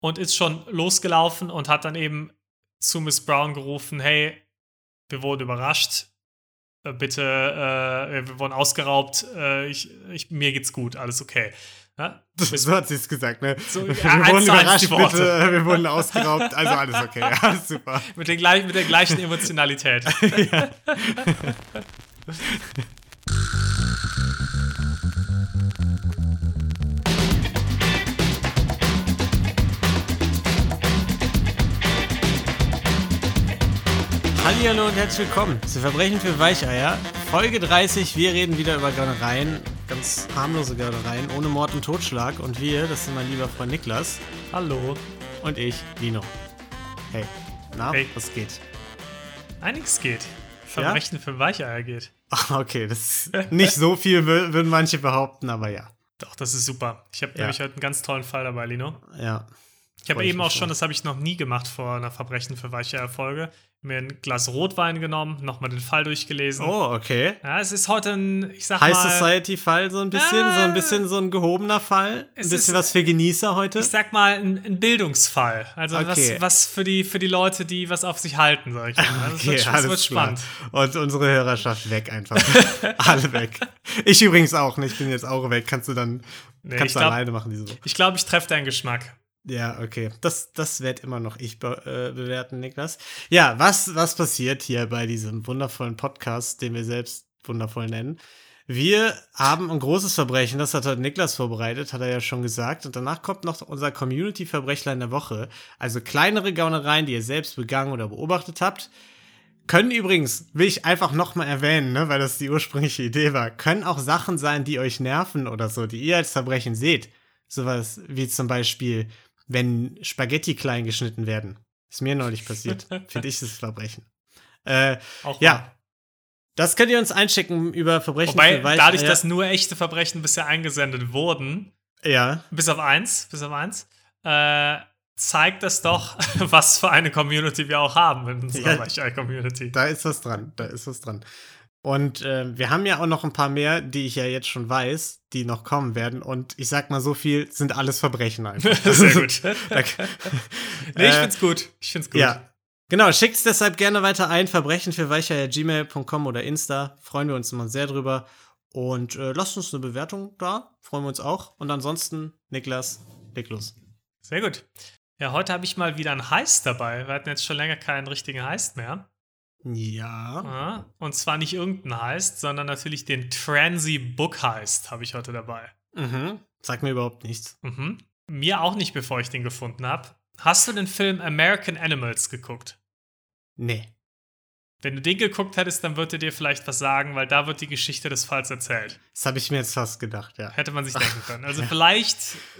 und ist schon losgelaufen und hat dann eben zu Miss Brown gerufen, hey, wir wurden überrascht, bitte, wir wurden ausgeraubt, mir geht's gut, alles okay. Ja? So hat sie es gesagt, ne? So, wir wurden überrascht, bitte, wir wurden ausgeraubt, also alles okay, ja, super. mit der gleichen Emotionalität. Ja. Hallihallo und herzlich willkommen zu Verbrechen für Weicheier. Folge 30, wir reden wieder über Gaunereien, ganz harmlose Gaunereien, ohne Mord und Totschlag. Und wir, das sind mein lieber Freund Niklas. Hallo. Und ich, Lino. Hey, na, hey. Was geht? Einiges geht. Verbrechen für Weicheier geht. Okay, das ist nicht so viel, würden manche behaupten, aber ja. Doch, das ist super. Ich habe nämlich heute einen ganz tollen Fall dabei, Lino. Ja. Ich habe eben auch schon, das habe ich noch nie gemacht vor einer Verbrechen für Weicheier-Folge, mir ein Glas Rotwein genommen, nochmal den Fall durchgelesen. Oh, okay. Ja, es ist heute ein, ich sag High mal... Society-Fall so ein bisschen, so ein gehobener Fall. Ein bisschen was für Genießer heute. Ich sag mal, ein Bildungsfall. Also okay. was für die Leute, die was auf sich halten, sag ich mal. Okay, das wird spannend. Und unsere Hörerschaft weg einfach. Alle weg. Ich übrigens auch, ne? Ich bin jetzt auch weg. Kannst du alleine machen diese Woche. Ich glaube, ich treffe deinen Geschmack. Ja, okay. Das werde immer noch ich bewerten, Niklas. Ja, was passiert hier bei diesem wundervollen Podcast, den wir selbst wundervoll nennen? Wir haben ein großes Verbrechen, das hat heute Niklas vorbereitet, hat er ja schon gesagt. Und danach kommt noch unser Community-Verbrechlein der Woche. Also kleinere Gaunereien, die ihr selbst begangen oder beobachtet habt. Können übrigens, will ich einfach nochmal erwähnen, ne, weil das die ursprüngliche Idee war, können auch Sachen sein, die euch nerven oder so, die ihr als Verbrechen seht. Sowas wie zum Beispiel, wenn Spaghetti klein geschnitten werden. Ist mir neulich passiert. Finde ich das Verbrechen. Auch ja. mal. Das könnt ihr uns einschicken über Verbrechen für Weicheier. Dadurch, dass nur echte Verbrechen bisher eingesendet wurden, bis auf eins, zeigt das doch, was für eine Community wir auch haben in unserer Weicheier-Community. Da ist was dran. Und wir haben ja auch noch ein paar mehr, die ich ja jetzt schon weiß, die noch kommen werden. Und ich sag mal, so viel sind alles Verbrechen einfach. Sehr gut. Nee, ich find's gut. Ja. Genau, schickt's deshalb gerne weiter ein. verbrechenfürweicheier@gmail.com oder Insta. Freuen wir uns immer sehr drüber. Und lasst uns eine Bewertung da. Freuen wir uns auch. Und ansonsten, Niklas, leg los. Sehr gut. Ja, heute habe ich mal wieder einen Heist dabei. Wir hatten jetzt schon länger keinen richtigen Heist mehr. Ja. Und zwar nicht irgendein Heist, sondern natürlich den Transy Book Heist habe ich heute dabei. Mhm. Sag mir überhaupt nichts. Mhm. Mir auch nicht, bevor ich den gefunden habe. Hast du den Film American Animals geguckt? Nee. Wenn du den geguckt hättest, dann würde dir vielleicht was sagen, weil da wird die Geschichte des Falls erzählt. Das habe ich mir jetzt fast gedacht, ja. Hätte man sich denken können. Also vielleicht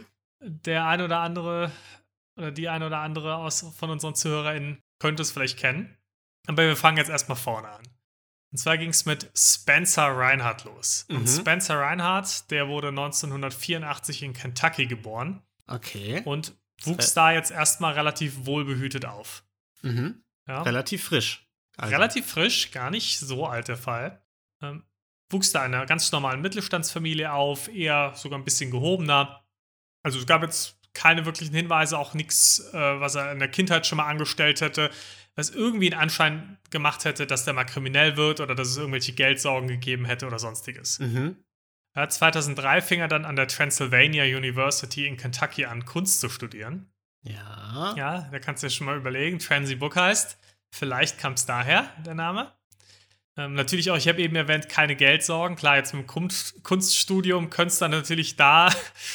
der ein oder andere oder die ein oder andere von unseren ZuhörerInnen könnte es vielleicht kennen. Aber wir fangen jetzt erstmal vorne an. Und zwar ging es mit Spencer Reinhardt los. Und Spencer Reinhardt, der wurde 1984 in Kentucky geboren. Okay. Und wuchs da jetzt erstmal relativ wohlbehütet auf. Mhm. Ja? Relativ frisch. Also. Relativ frisch, gar nicht so alt der Fall. Wuchs da in einer ganz normalen Mittelstandsfamilie auf, eher sogar ein bisschen gehobener. Also es gab jetzt keine wirklichen Hinweise, auch nichts, was er in der Kindheit schon mal angestellt hätte, was irgendwie einen Anschein gemacht hätte, dass der mal kriminell wird oder dass es irgendwelche Geldsorgen gegeben hätte oder sonstiges. Mhm. 2003 fing er dann an der Transylvania University in Kentucky an, Kunst zu studieren. Ja. Ja, da kannst du dir schon mal überlegen, Transy Book heißt, vielleicht kam es daher, der Name. Natürlich auch, ich habe eben erwähnt, keine Geldsorgen. Klar, jetzt mit dem Kunststudium könntest du dann natürlich da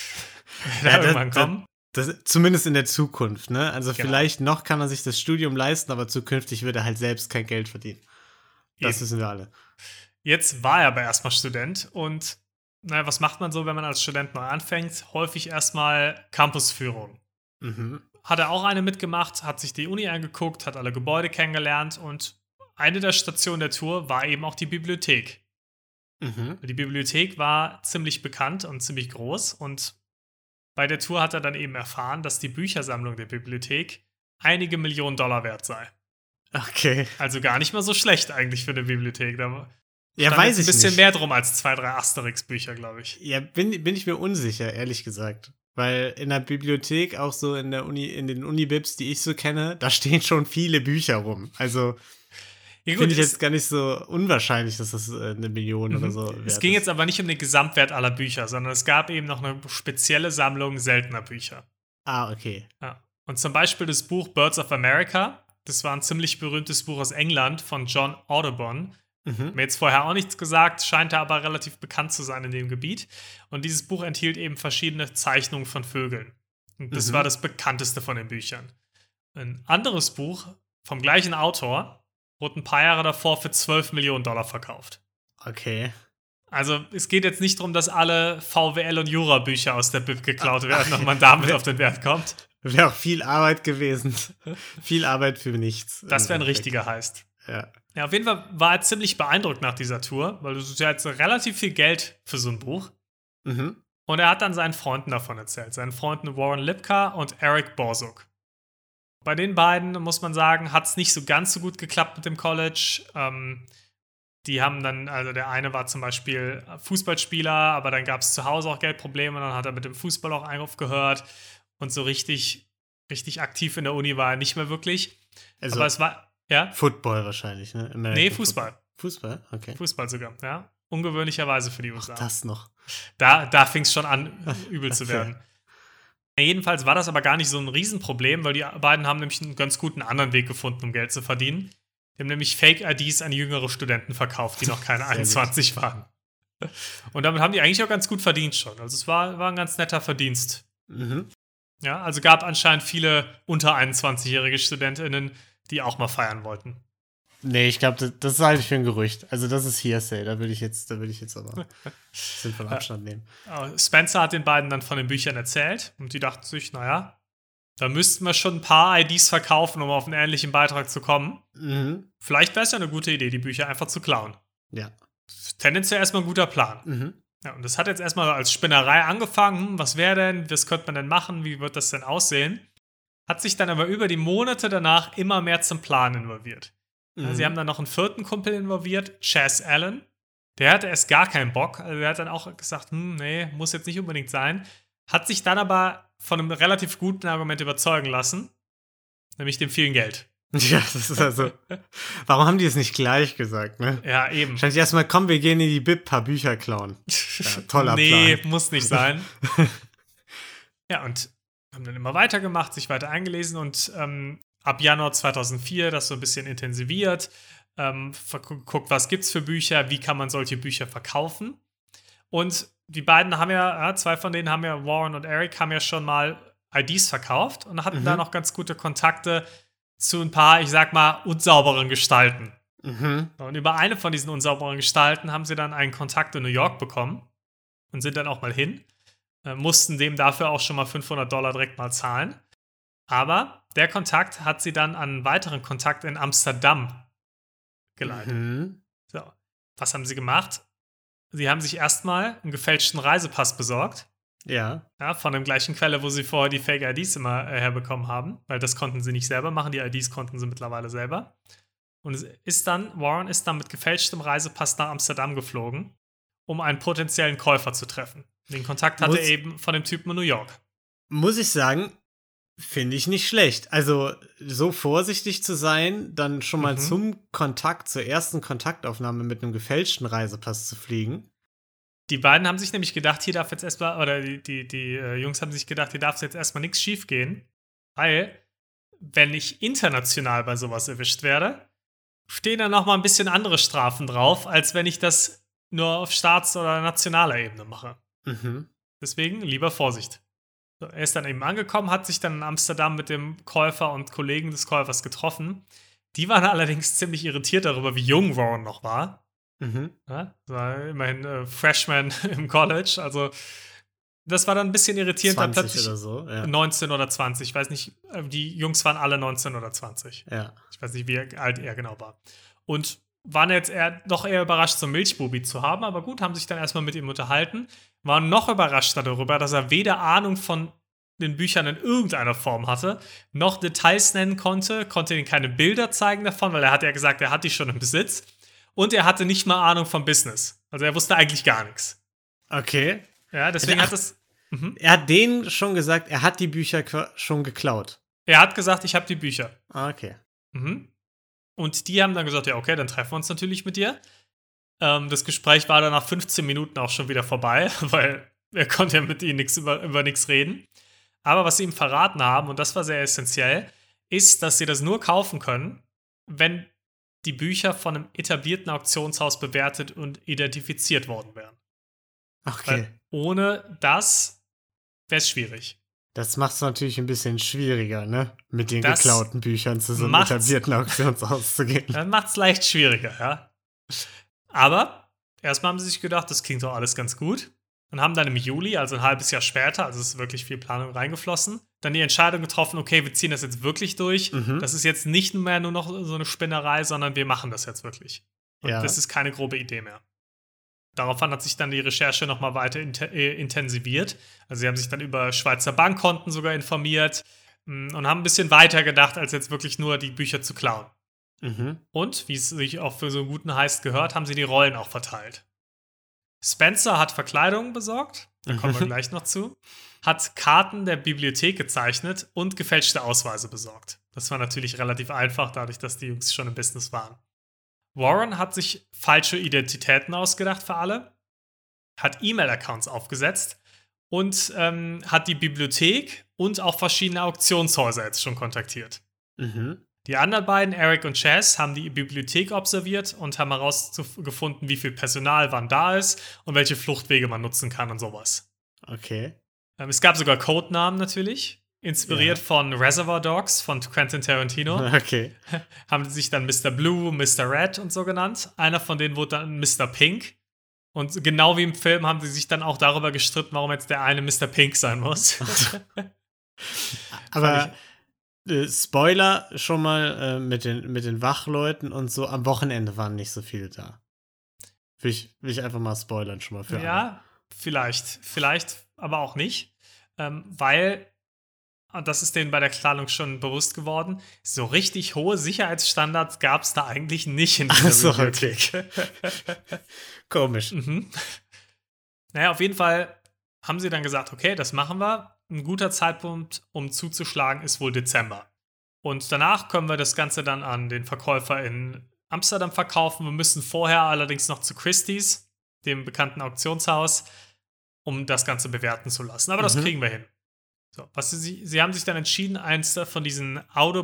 irgendwann kommen. Zumindest in der Zukunft, ne? Also vielleicht noch kann er sich das Studium leisten, aber zukünftig wird er halt selbst kein Geld verdienen. Das wissen wir alle. Jetzt war er aber erstmal Student und was macht man so, wenn man als Student neu anfängt? Häufig erstmal Campusführung. Mhm. Hat er auch eine mitgemacht, hat sich die Uni angeguckt, hat alle Gebäude kennengelernt und eine der Stationen der Tour war eben auch die Bibliothek. Mhm. Die Bibliothek war ziemlich bekannt und ziemlich groß und bei der Tour hat er dann eben erfahren, dass die Büchersammlung der Bibliothek einige Millionen $Millionen wert sei. Okay. Also gar nicht mal so schlecht eigentlich für eine Bibliothek. Da ja, weiß ich nicht. Ein bisschen mehr drum als 2, 3 Asterix-Bücher, glaube ich. Ja, bin ich mir unsicher, ehrlich gesagt. Weil in der Bibliothek, auch so in der Uni, in den Unibibs, die ich so kenne, da stehen schon viele Bücher rum. Also Ja, gut, finde ich jetzt gar nicht so unwahrscheinlich, dass das 1 Million oder so wert es ging ist. jetzt aber nicht um den Gesamtwert aller Bücher, sondern es gab eben noch eine spezielle Sammlung seltener Bücher. Ah, okay. Ja. Und zum Beispiel das Buch Birds of America. Das war ein ziemlich berühmtes Buch aus England von John Audubon. Mir jetzt vorher auch nichts gesagt, scheint er aber relativ bekannt zu sein in dem Gebiet. Und dieses Buch enthielt eben verschiedene Zeichnungen von Vögeln. Und das war das bekannteste von den Büchern. Ein anderes Buch vom gleichen Autor wurde ein paar Jahre davor für $12 Millionen verkauft. Okay. Also es geht jetzt nicht darum, dass alle VWL- und Jura-Bücher aus der Bib geklaut werden und man damit auf den Wert kommt. Wäre auch viel Arbeit gewesen. Viel Arbeit für nichts. Das wäre ein richtiger Heist. Ja. Ja, auf jeden Fall war er ziemlich beeindruckt nach dieser Tour, weil das ist ja jetzt relativ viel Geld für so ein Buch. Mhm. Und er hat dann seinen Freunden davon erzählt. Seinen Freunden Warren Lipka und Eric Borsuk. Bei den beiden, muss man sagen, hat es nicht so ganz so gut geklappt mit dem College. Die haben dann, also der eine war zum Beispiel Fußballspieler, aber dann gab es zu Hause auch Geldprobleme und dann hat er mit dem Fußball auch aufgehört. Und so richtig aktiv in der Uni war er nicht mehr wirklich. Also aber es war, ja? Football wahrscheinlich, ne? Nee, Fußball. Fußball? Okay. Fußball sogar, ja. Ungewöhnlicherweise für die USA. Das noch. Da fing es schon an, übel zu werden. Jedenfalls war das aber gar nicht so ein Riesenproblem, weil die beiden haben nämlich einen ganz guten anderen Weg gefunden, um Geld zu verdienen. Die haben nämlich Fake-IDs an jüngere Studenten verkauft, die noch keine 21 waren. Und damit haben die eigentlich auch ganz gut verdient schon. Also es war ein ganz netter Verdienst. Mhm. Ja, also gab anscheinend viele unter 21-jährige StudentInnen, die auch mal feiern wollten. Nee, ich glaube, das halte ich für ein Gerücht. Also das ist Hearsay, da würde ich jetzt aber sinnvoll Abstand nehmen. Spencer hat den beiden dann von den Büchern erzählt und die dachten sich, naja, da müssten wir schon ein paar IDs verkaufen, um auf einen ähnlichen Beitrag zu kommen. Mhm. Vielleicht wäre es ja eine gute Idee, die Bücher einfach zu klauen. Ja. Tendenziell erstmal ein guter Plan. Mhm. Ja, und das hat jetzt erstmal als Spinnerei angefangen. Was wäre denn? Was könnte man denn machen? Wie wird das denn aussehen? Hat sich dann aber über die Monate danach immer mehr zum Plan involviert. Mhm. Sie haben dann noch einen vierten Kumpel involviert, Chas Allen. Der hatte erst gar keinen Bock. Also der hat dann auch gesagt, nee, muss jetzt nicht unbedingt sein. Hat sich dann aber von einem relativ guten Argument überzeugen lassen. Nämlich dem vielen Geld. Ja, das ist also. Warum haben die es nicht gleich gesagt, ne? Ja, eben. Wahrscheinlich erstmal, komm, wir gehen in die Bib, paar Bücher klauen. Ja, toller Nee, Plan. muss nicht sein. Ja, und haben dann immer weitergemacht, sich weiter eingelesen und ab Januar 2004 das so ein bisschen intensiviert, guckt, was gibt's für Bücher, wie kann man solche Bücher verkaufen. Und die beiden haben ja, zwei von denen haben ja, Warren und Eric, haben ja schon mal IDs verkauft und hatten da noch ganz gute Kontakte zu ein paar, ich sag mal, unsauberen Gestalten. Mhm. Und über eine von diesen unsauberen Gestalten haben sie dann einen Kontakt in New York bekommen und sind dann auch mal hin. Mussten dem dafür auch schon mal $500 direkt mal zahlen. Aber der Kontakt hat sie dann an einen weiteren Kontakt in Amsterdam geleitet. Mhm. So, was haben sie gemacht? Sie haben sich erstmal einen gefälschten Reisepass besorgt. Ja. Ja, von der gleichen Quelle, wo sie vorher die Fake-IDs immer herbekommen haben. Weil das konnten sie nicht selber machen, die IDs konnten sie mittlerweile selber. Und Warren ist dann mit gefälschtem Reisepass nach Amsterdam geflogen, um einen potenziellen Käufer zu treffen. Den Kontakt hatte er eben von dem Typen in New York. Muss ich sagen, finde ich nicht schlecht. Also so vorsichtig zu sein, dann schon mal zur ersten Kontaktaufnahme mit einem gefälschten Reisepass zu fliegen. Die beiden haben sich nämlich gedacht, hier darf jetzt erstmal, oder die Jungs haben sich gedacht, hier darf jetzt erstmal nichts schief gehen, weil, wenn ich international bei sowas erwischt werde, stehen da noch mal ein bisschen andere Strafen drauf, als wenn ich das nur auf Staats- oder nationaler Ebene mache. Mhm. Deswegen lieber Vorsicht. So, er ist dann eben angekommen, hat sich dann in Amsterdam mit dem Käufer und Kollegen des Käufers getroffen. Die waren allerdings ziemlich irritiert darüber, wie jung Warren noch war. Mhm. Ja, war immerhin Freshman im College, also das war dann ein bisschen irritierend. 20 dann plötzlich oder so, ja. 19 oder 20, ich weiß nicht, die Jungs waren alle 19 oder 20. Ja. Ich weiß nicht, wie alt er genau war. Und waren jetzt doch eher überrascht, so einen Milchbubi zu haben, aber gut, haben sich dann erstmal mit ihm unterhalten, waren noch überraschter darüber, dass er weder Ahnung von den Büchern in irgendeiner Form hatte, noch Details nennen konnte ihnen keine Bilder zeigen davon, weil er hat ja gesagt, er hat die schon im Besitz. Und er hatte nicht mal Ahnung vom Business. Also er wusste eigentlich gar nichts. Okay. Ja, deswegen hat es. Mhm. Er hat denen schon gesagt, er hat die Bücher schon geklaut. Er hat gesagt, ich habe die Bücher. Ah, okay. Mhm. Und die haben dann gesagt, ja, okay, dann treffen wir uns natürlich mit dir. Das Gespräch war dann nach 15 Minuten auch schon wieder vorbei, weil er konnte ja mit ihnen über nichts reden. Aber was sie ihm verraten haben, und das war sehr essentiell, ist, dass sie das nur kaufen können, wenn die Bücher von einem etablierten Auktionshaus bewertet und identifiziert worden wären. Okay. Weil ohne das wäre es schwierig. Das macht es natürlich ein bisschen schwieriger, ne? Mit den Das geklauten Büchern zu so einem macht's- etablierten Auktionshaus zu gehen. Dann macht es leicht schwieriger, ja. Aber erstmal haben sie sich gedacht, das klingt doch alles ganz gut. Und haben dann im Juli, also ein halbes Jahr später, also es ist wirklich viel Planung reingeflossen, dann die Entscheidung getroffen, okay, wir ziehen das jetzt wirklich durch. Mhm. Das ist jetzt nicht mehr nur noch so eine Spinnerei, sondern wir machen das jetzt wirklich. Und Ja. das ist keine grobe Idee mehr. Daraufhin hat sich dann die Recherche nochmal weiter intensiviert. Also sie haben sich dann über Schweizer Bankkonten sogar informiert und haben ein bisschen weiter gedacht, als jetzt wirklich nur die Bücher zu klauen. Mhm. Und, wie es sich auch für so einen guten Heist gehört, haben sie die Rollen auch verteilt. Spencer hat Verkleidungen besorgt, da kommen wir gleich noch zu, hat Karten der Bibliothek gezeichnet und gefälschte Ausweise besorgt. Das war natürlich relativ einfach, dadurch, dass die Jungs schon im Business waren. Warren hat sich falsche Identitäten ausgedacht für alle, hat E-Mail-Accounts aufgesetzt und hat die Bibliothek und auch verschiedene Auktionshäuser jetzt schon kontaktiert. Mhm. Die anderen beiden, Eric und Chaz, haben die Bibliothek observiert und haben herausgefunden, wie viel Personal wann da ist und welche Fluchtwege man nutzen kann und sowas. Okay. Es gab sogar Codenamen natürlich, inspiriert von Reservoir Dogs von Quentin Tarantino. Okay. Haben sie sich dann Mr. Blue, Mr. Red und so genannt. Einer von denen wurde dann Mr. Pink. Und genau wie im Film haben sie sich dann auch darüber gestritten, warum jetzt der eine Mr. Pink sein muss. Aber Spoiler schon mal mit den Wachleuten und so, am Wochenende waren nicht so viele da. Will ich einfach mal spoilern schon mal für alle. Ja, vielleicht, aber auch nicht. Weil, und das ist denen bei der Planung schon bewusst geworden, so richtig hohe Sicherheitsstandards gab es da eigentlich nicht in dieser Ach so, Bibliothek. Komisch. Mhm. Naja, auf jeden Fall haben sie dann gesagt, okay, das machen wir. Ein guter Zeitpunkt, um zuzuschlagen, ist wohl Dezember. Und danach können wir das Ganze dann an den Verkäufer in Amsterdam verkaufen. Wir müssen vorher allerdings noch zu Christie's, dem bekannten Auktionshaus, um das Ganze bewerten zu lassen. Aber das kriegen wir hin. So, sie haben sich dann entschieden, eins von diesen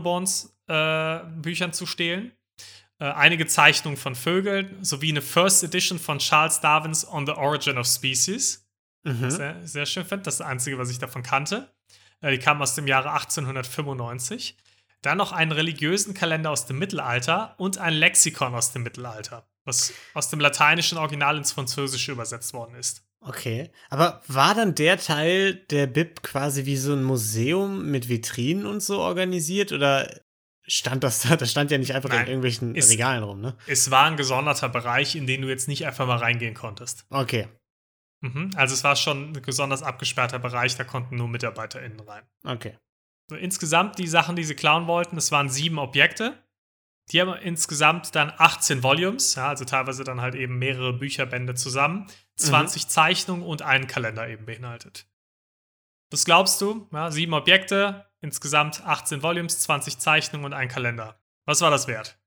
Audubons-Büchern zu stehlen. Einige Zeichnungen von Vögeln sowie eine First Edition von Charles Darwins On the Origin of Species. Sehr, sehr schön finde. Das ist das Einzige, was ich davon kannte. Die kam aus dem Jahre 1895. Dann noch einen religiösen Kalender aus dem Mittelalter und ein Lexikon aus dem Mittelalter, was aus dem lateinischen Original ins Französische übersetzt worden ist. Okay. Aber war dann der Teil der Bib quasi wie so ein Museum mit Vitrinen und so organisiert? Oder stand das da? Das stand ja nicht einfach in irgendwelchen Regalen rum, ne? Es war ein gesonderter Bereich, in den du jetzt nicht einfach mal reingehen konntest. Okay. Also es war schon ein besonders abgesperrter Bereich, da konnten nur MitarbeiterInnen rein. Okay. So, insgesamt die Sachen, die sie klauen wollten, es waren 7 Objekte. Die haben insgesamt dann 18 Volumes, ja, also teilweise dann halt eben mehrere Bücherbände zusammen, 20 Zeichnungen und einen Kalender eben beinhaltet. Was glaubst du? Ja, 7 Objekte, insgesamt 18 Volumes, 20 Zeichnungen und ein Kalender. Was war das wert?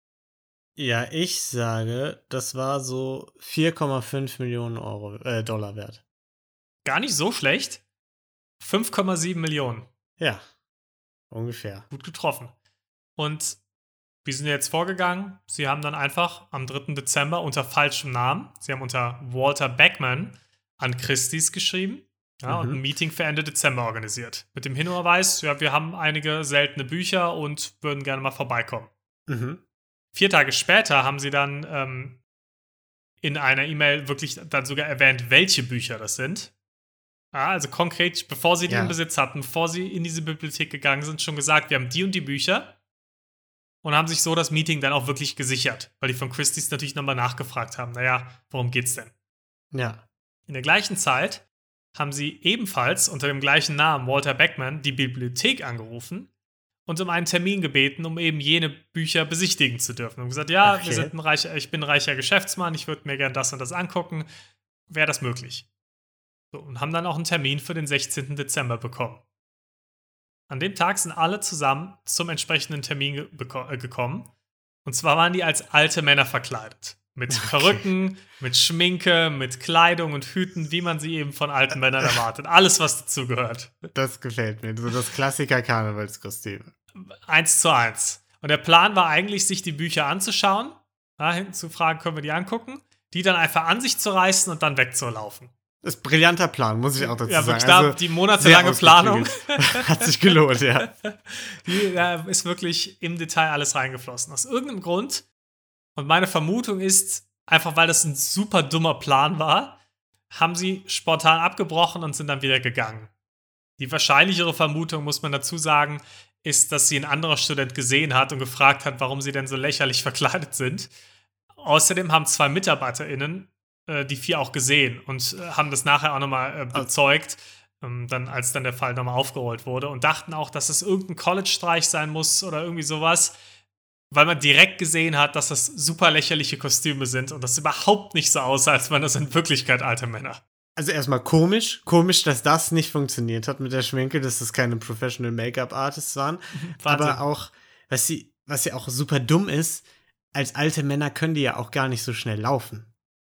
Ja, ich sage, das war so 4,5 Millionen Dollar wert. Gar nicht so schlecht. 5,7 Millionen. Ja, ungefähr. Gut getroffen. Und wie sind wir jetzt vorgegangen? Sie haben dann einfach am 3. Dezember unter falschem Namen, sie haben unter Walter Beckman an Christie's geschrieben, ja, und ein Meeting für Ende Dezember organisiert. Mit dem Hinweis, ja, wir haben einige seltene Bücher und würden gerne mal vorbeikommen. 4 Tage später haben sie dann in einer E-Mail wirklich dann sogar erwähnt, welche Bücher das sind. Ja, also konkret, bevor sie die in Besitz hatten, bevor sie in diese Bibliothek gegangen sind, schon gesagt, wir haben die und die Bücher. Und haben sich so das Meeting dann auch wirklich gesichert, weil die von Christie's natürlich nochmal nachgefragt haben, naja, worum geht's denn? Ja. In der gleichen Zeit haben sie ebenfalls unter dem gleichen Namen Walter Beckman die Bibliothek angerufen und um einen Termin gebeten, um eben jene Bücher besichtigen zu dürfen. Und gesagt, ja, Okay. ich bin ein reicher Geschäftsmann, ich würde mir gerne das und das angucken. Wäre das möglich? So, und haben dann auch einen Termin für den 16. Dezember bekommen. An dem Tag sind alle zusammen zum entsprechenden Termin gekommen. Und zwar waren die als alte Männer verkleidet. Mit Perücken, mit Schminke, mit Kleidung und Hüten, wie man sie eben von alten Männern erwartet. Alles, was dazu gehört. Das gefällt mir. So das Klassiker-Karnevalskostüm. 1:1. Und der Plan war eigentlich, sich die Bücher anzuschauen, hinten zu fragen, können wir die angucken, die dann einfach an sich zu reißen und dann wegzulaufen. Das ist ein brillanter Plan, muss ich auch dazu sagen. Ja, also, die monatelange Planung hat sich gelohnt, ja. Da ist wirklich im Detail alles reingeflossen. Aus irgendeinem Grund, und meine Vermutung ist, einfach weil das ein super dummer Plan war, haben sie spontan abgebrochen und sind dann wieder gegangen. Die wahrscheinlichere Vermutung, muss man dazu sagen, ist, dass sie ein anderer Student gesehen hat und gefragt hat, warum sie denn so lächerlich verkleidet sind. Außerdem haben 2 MitarbeiterInnen die 4 auch gesehen und haben das nachher auch nochmal bezeugt, als dann der Fall nochmal aufgerollt wurde und dachten auch, dass es irgendein College-Streich sein muss oder irgendwie sowas, weil man direkt gesehen hat, dass das super lächerliche Kostüme sind und das überhaupt nicht so aussah, als wären das in Wirklichkeit alte Männer. Also erstmal komisch, dass das nicht funktioniert hat mit der Schminke, dass das keine Professional Make-up-Artists waren. Aber auch, was ja auch super dumm ist, als alte Männer können die ja auch gar nicht so schnell laufen.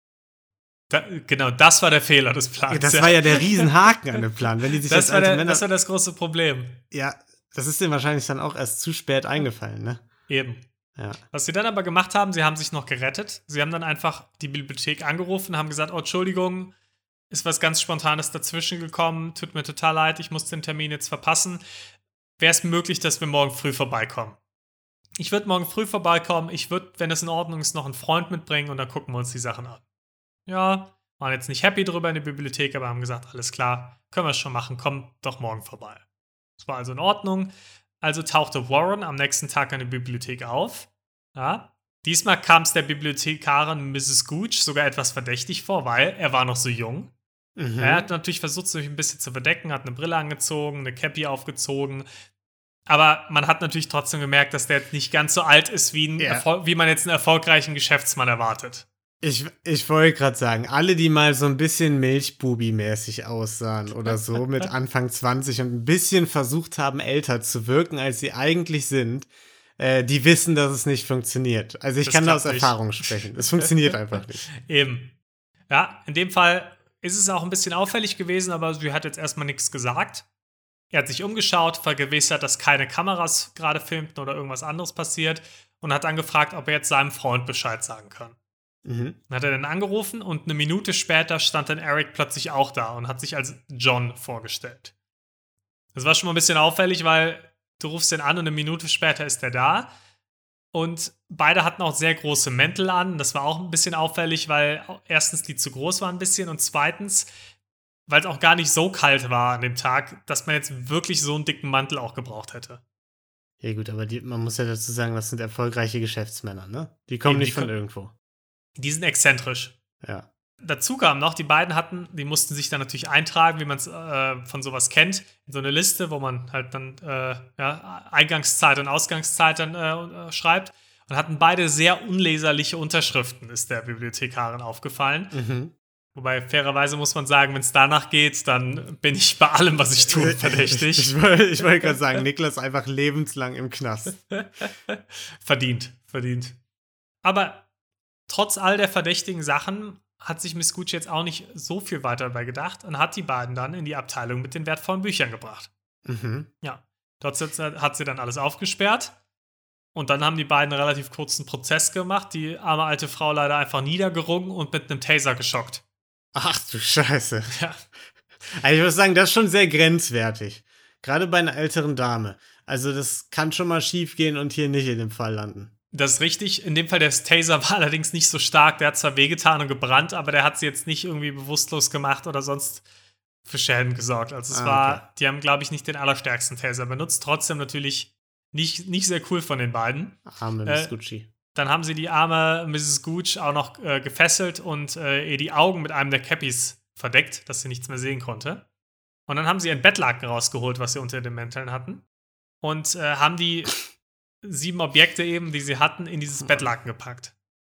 Genau, das war der Fehler des Plans. Ja, das war ja der Riesenhaken an dem Plan. Wenn die sich das Männer, war das große Problem. Ja, das ist denen wahrscheinlich dann auch erst zu spät eingefallen, ne? Eben. Ja. Was sie dann aber gemacht haben, sie haben sich noch gerettet. Sie haben dann einfach die Bibliothek angerufen und haben gesagt, oh, Entschuldigung, ist was ganz Spontanes dazwischen gekommen, tut mir total leid, ich muss den Termin jetzt verpassen. Wäre es möglich, dass wir morgen früh vorbeikommen? Ich würde morgen früh vorbeikommen, ich würde, wenn es in Ordnung ist, noch einen Freund mitbringen und dann gucken wir uns die Sachen an. Ja, waren jetzt nicht happy drüber in der Bibliothek, aber haben gesagt, alles klar, können wir schon machen, komm doch morgen vorbei. Das war also in Ordnung. Also tauchte Warren am nächsten Tag in der Bibliothek auf. Ja. Diesmal kam es der Bibliothekarin Mrs. Gooch sogar etwas verdächtig vor, weil er war noch so jung. Mhm. Er hat natürlich versucht, sich ein bisschen zu verdecken, hat eine Brille angezogen, eine Cappy aufgezogen. Aber man hat natürlich trotzdem gemerkt, dass der jetzt nicht ganz so alt ist, wie man jetzt einen erfolgreichen Geschäftsmann erwartet. Ich wollte gerade sagen, alle, die mal so ein bisschen Milchbubi-mäßig aussahen oder so, mit Anfang 20 und ein bisschen versucht haben, älter zu wirken, als sie eigentlich sind, die wissen, dass es nicht funktioniert. Also ich kann da aus Erfahrung sprechen. Es funktioniert einfach nicht. Eben. Ja, in dem Fall ist es auch ein bisschen auffällig gewesen, aber sie hat jetzt erstmal nichts gesagt. Er hat sich umgeschaut, vergewissert, dass keine Kameras gerade filmten oder irgendwas anderes passiert und hat dann gefragt, ob er jetzt seinem Freund Bescheid sagen kann. Mhm. Dann hat er dann angerufen und eine Minute später stand dann Eric plötzlich auch da und hat sich als John vorgestellt. Das war schon mal ein bisschen auffällig, weil du rufst ihn an und eine Minute später ist er da. Und beide hatten auch sehr große Mäntel an. Das war auch ein bisschen auffällig, weil erstens die zu groß waren ein bisschen und zweitens, weil es auch gar nicht so kalt war an dem Tag, dass man jetzt wirklich so einen dicken Mantel auch gebraucht hätte. Ja gut, aber man muss ja dazu sagen, das sind erfolgreiche Geschäftsmänner, ne? Die kommen nicht von irgendwo. Die sind exzentrisch. Ja. Dazu kam noch, die mussten sich dann natürlich eintragen, wie man es von sowas kennt, in so eine Liste, wo man halt dann Eingangszeit und Ausgangszeit dann schreibt. Und hatten beide sehr unleserliche Unterschriften, ist der Bibliothekarin aufgefallen. Mhm. Wobei, fairerweise muss man sagen, wenn es danach geht, dann bin ich bei allem, was ich tue, verdächtig. Ich wollte gerade sagen, Niklas einfach lebenslang im Knast. Verdient. Aber trotz all der verdächtigen Sachen hat sich Miss Gooch jetzt auch nicht so viel weiter dabei gedacht und hat die beiden dann in die Abteilung mit den wertvollen Büchern gebracht. Mhm. Ja, dort hat sie dann alles aufgesperrt und dann haben die beiden einen relativ kurzen Prozess gemacht, die arme alte Frau leider einfach niedergerungen und mit einem Taser geschockt. Ach du Scheiße. Ja. Also ich muss sagen, das ist schon sehr grenzwertig. Gerade bei einer älteren Dame. Also das kann schon mal schief gehen und hier nicht in dem Fall landen. Das ist richtig. In dem Fall, der Taser war allerdings nicht so stark. Der hat zwar wehgetan und gebrannt, aber der hat sie jetzt nicht irgendwie bewusstlos gemacht oder sonst für Schäden gesorgt. Also die haben, glaube ich, nicht den allerstärksten Taser benutzt. Trotzdem natürlich nicht sehr cool von den beiden. Arme Miss Gucci. Dann haben sie die arme Mrs. Gooch auch noch gefesselt und ihr die Augen mit einem der Cappies verdeckt, dass sie nichts mehr sehen konnte. Und dann haben sie ein Bettlaken rausgeholt, was sie unter den Mänteln hatten. Und haben die 7 Objekte eben, die sie hatten, in dieses Bettlaken gepackt.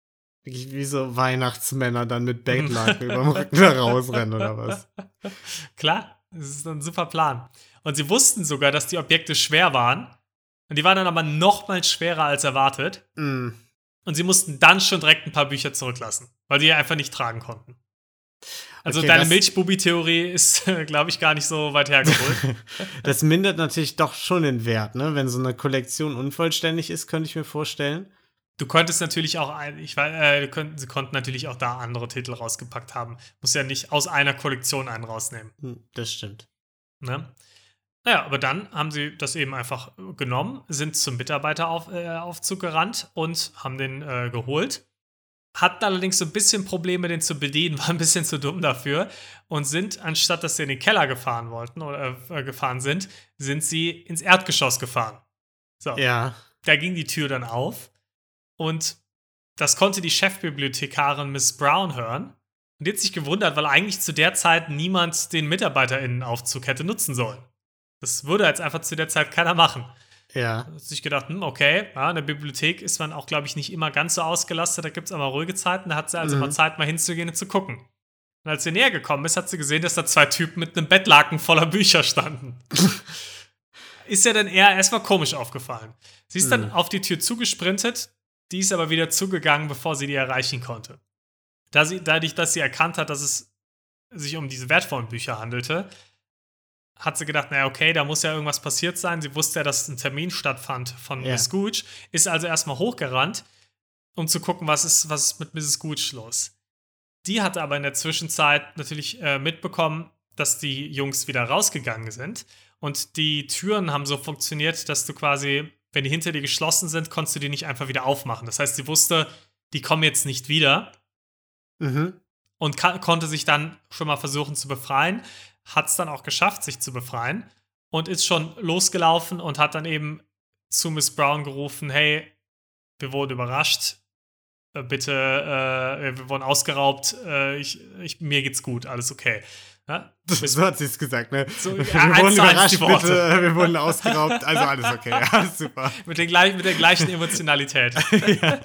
wirklich wie so Weihnachtsmänner dann mit Bettlaken überm Rücken da rausrennen oder was? Klar, das ist ein super Plan. Und sie wussten sogar, dass die Objekte schwer waren. Und die waren dann aber noch mal schwerer als erwartet. Mm. Und sie mussten dann schon direkt ein paar Bücher zurücklassen, weil die einfach nicht tragen konnten. Also Okay, deine das- Milchbubi-Theorie ist, glaube ich, gar nicht so weit hergeholt. Das mindert natürlich doch schon den Wert, ne? Wenn so eine Kollektion unvollständig ist, könnte ich mir vorstellen. Du könntest natürlich auch, sie konnten natürlich auch da andere Titel rausgepackt haben. Muss ja nicht aus einer Kollektion einen rausnehmen. Das stimmt. Ne? Naja, aber dann haben sie das eben einfach genommen, sind zum Mitarbeiteraufzug gerannt und haben den geholt. Hatten allerdings so ein bisschen Probleme, den zu bedienen, waren ein bisschen zu dumm dafür und sind, anstatt dass sie in den Keller gefahren wollten oder gefahren sind sie ins Erdgeschoss gefahren. So, Ja. da ging die Tür dann auf und das konnte die Chefbibliothekarin Miss Brown hören. Und die hat sich gewundert, weil eigentlich zu der Zeit niemand den MitarbeiterInnenaufzug hätte nutzen sollen. Das würde jetzt einfach zu der Zeit keiner machen. Ja. Da hat sich gedacht, okay, ja, in der Bibliothek ist man auch, glaube ich, nicht immer ganz so ausgelastet, da gibt es aber ruhige Zeiten, da hat sie also mal Zeit, mal hinzugehen und zu gucken. Und als sie näher gekommen ist, hat sie gesehen, dass da 2 Typen mit einem Bettlaken voller Bücher standen. Ist ja dann eher erstmal komisch aufgefallen. Sie ist dann auf die Tür zugesprintet, die ist aber wieder zugegangen, bevor sie die erreichen konnte. Dadurch, dass sie erkannt hat, dass es sich um diese wertvollen Bücher handelte, hat sie gedacht, naja, okay, da muss ja irgendwas passiert sein. Sie wusste ja, dass ein Termin stattfand von Miss Gooch, ist also erstmal hochgerannt, um zu gucken, was ist mit Mrs. Gooch los. Die hatte aber in der Zwischenzeit natürlich mitbekommen, dass die Jungs wieder rausgegangen sind. Und die Türen haben so funktioniert, dass du quasi, wenn die hinter dir geschlossen sind, konntest du die nicht einfach wieder aufmachen. Das heißt, sie wusste, die kommen jetzt nicht wieder. Und konnte sich dann schon mal versuchen zu befreien. Hat es dann auch geschafft, sich zu befreien. Und ist schon losgelaufen und hat dann eben zu Miss Brown gerufen, hey, wir wurden überrascht. Bitte, wir wurden ausgeraubt. Mir geht's gut, alles okay. Ja? So hat sie es gesagt, ne? So, wir wurden überrascht, Worte. bitte, wir wurden ausgeraubt, also alles okay, ja, super. Mit der gleichen Emotionalität. Ja.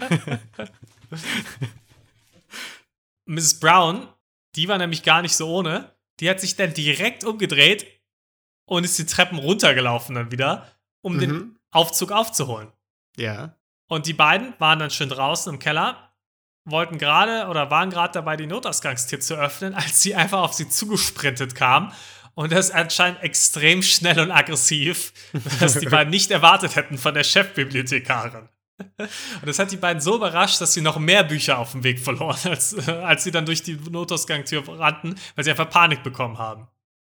Mrs. Brown, die war nämlich gar nicht so ohne. Die hat sich dann direkt umgedreht und ist die Treppen runtergelaufen dann wieder, um den Aufzug aufzuholen. Ja. Und die beiden waren dann schon draußen im Keller, waren gerade dabei, die Notausgangstür zu öffnen, als sie einfach auf sie zugesprintet kam. Und das anscheinend extrem schnell und aggressiv, dass die beiden nicht erwartet hätten von der Chefbibliothekarin. Und das hat die beiden so überrascht, dass sie noch mehr Bücher auf dem Weg verloren, als sie dann durch die Notausgangstür rannten, weil sie einfach Panik bekommen haben.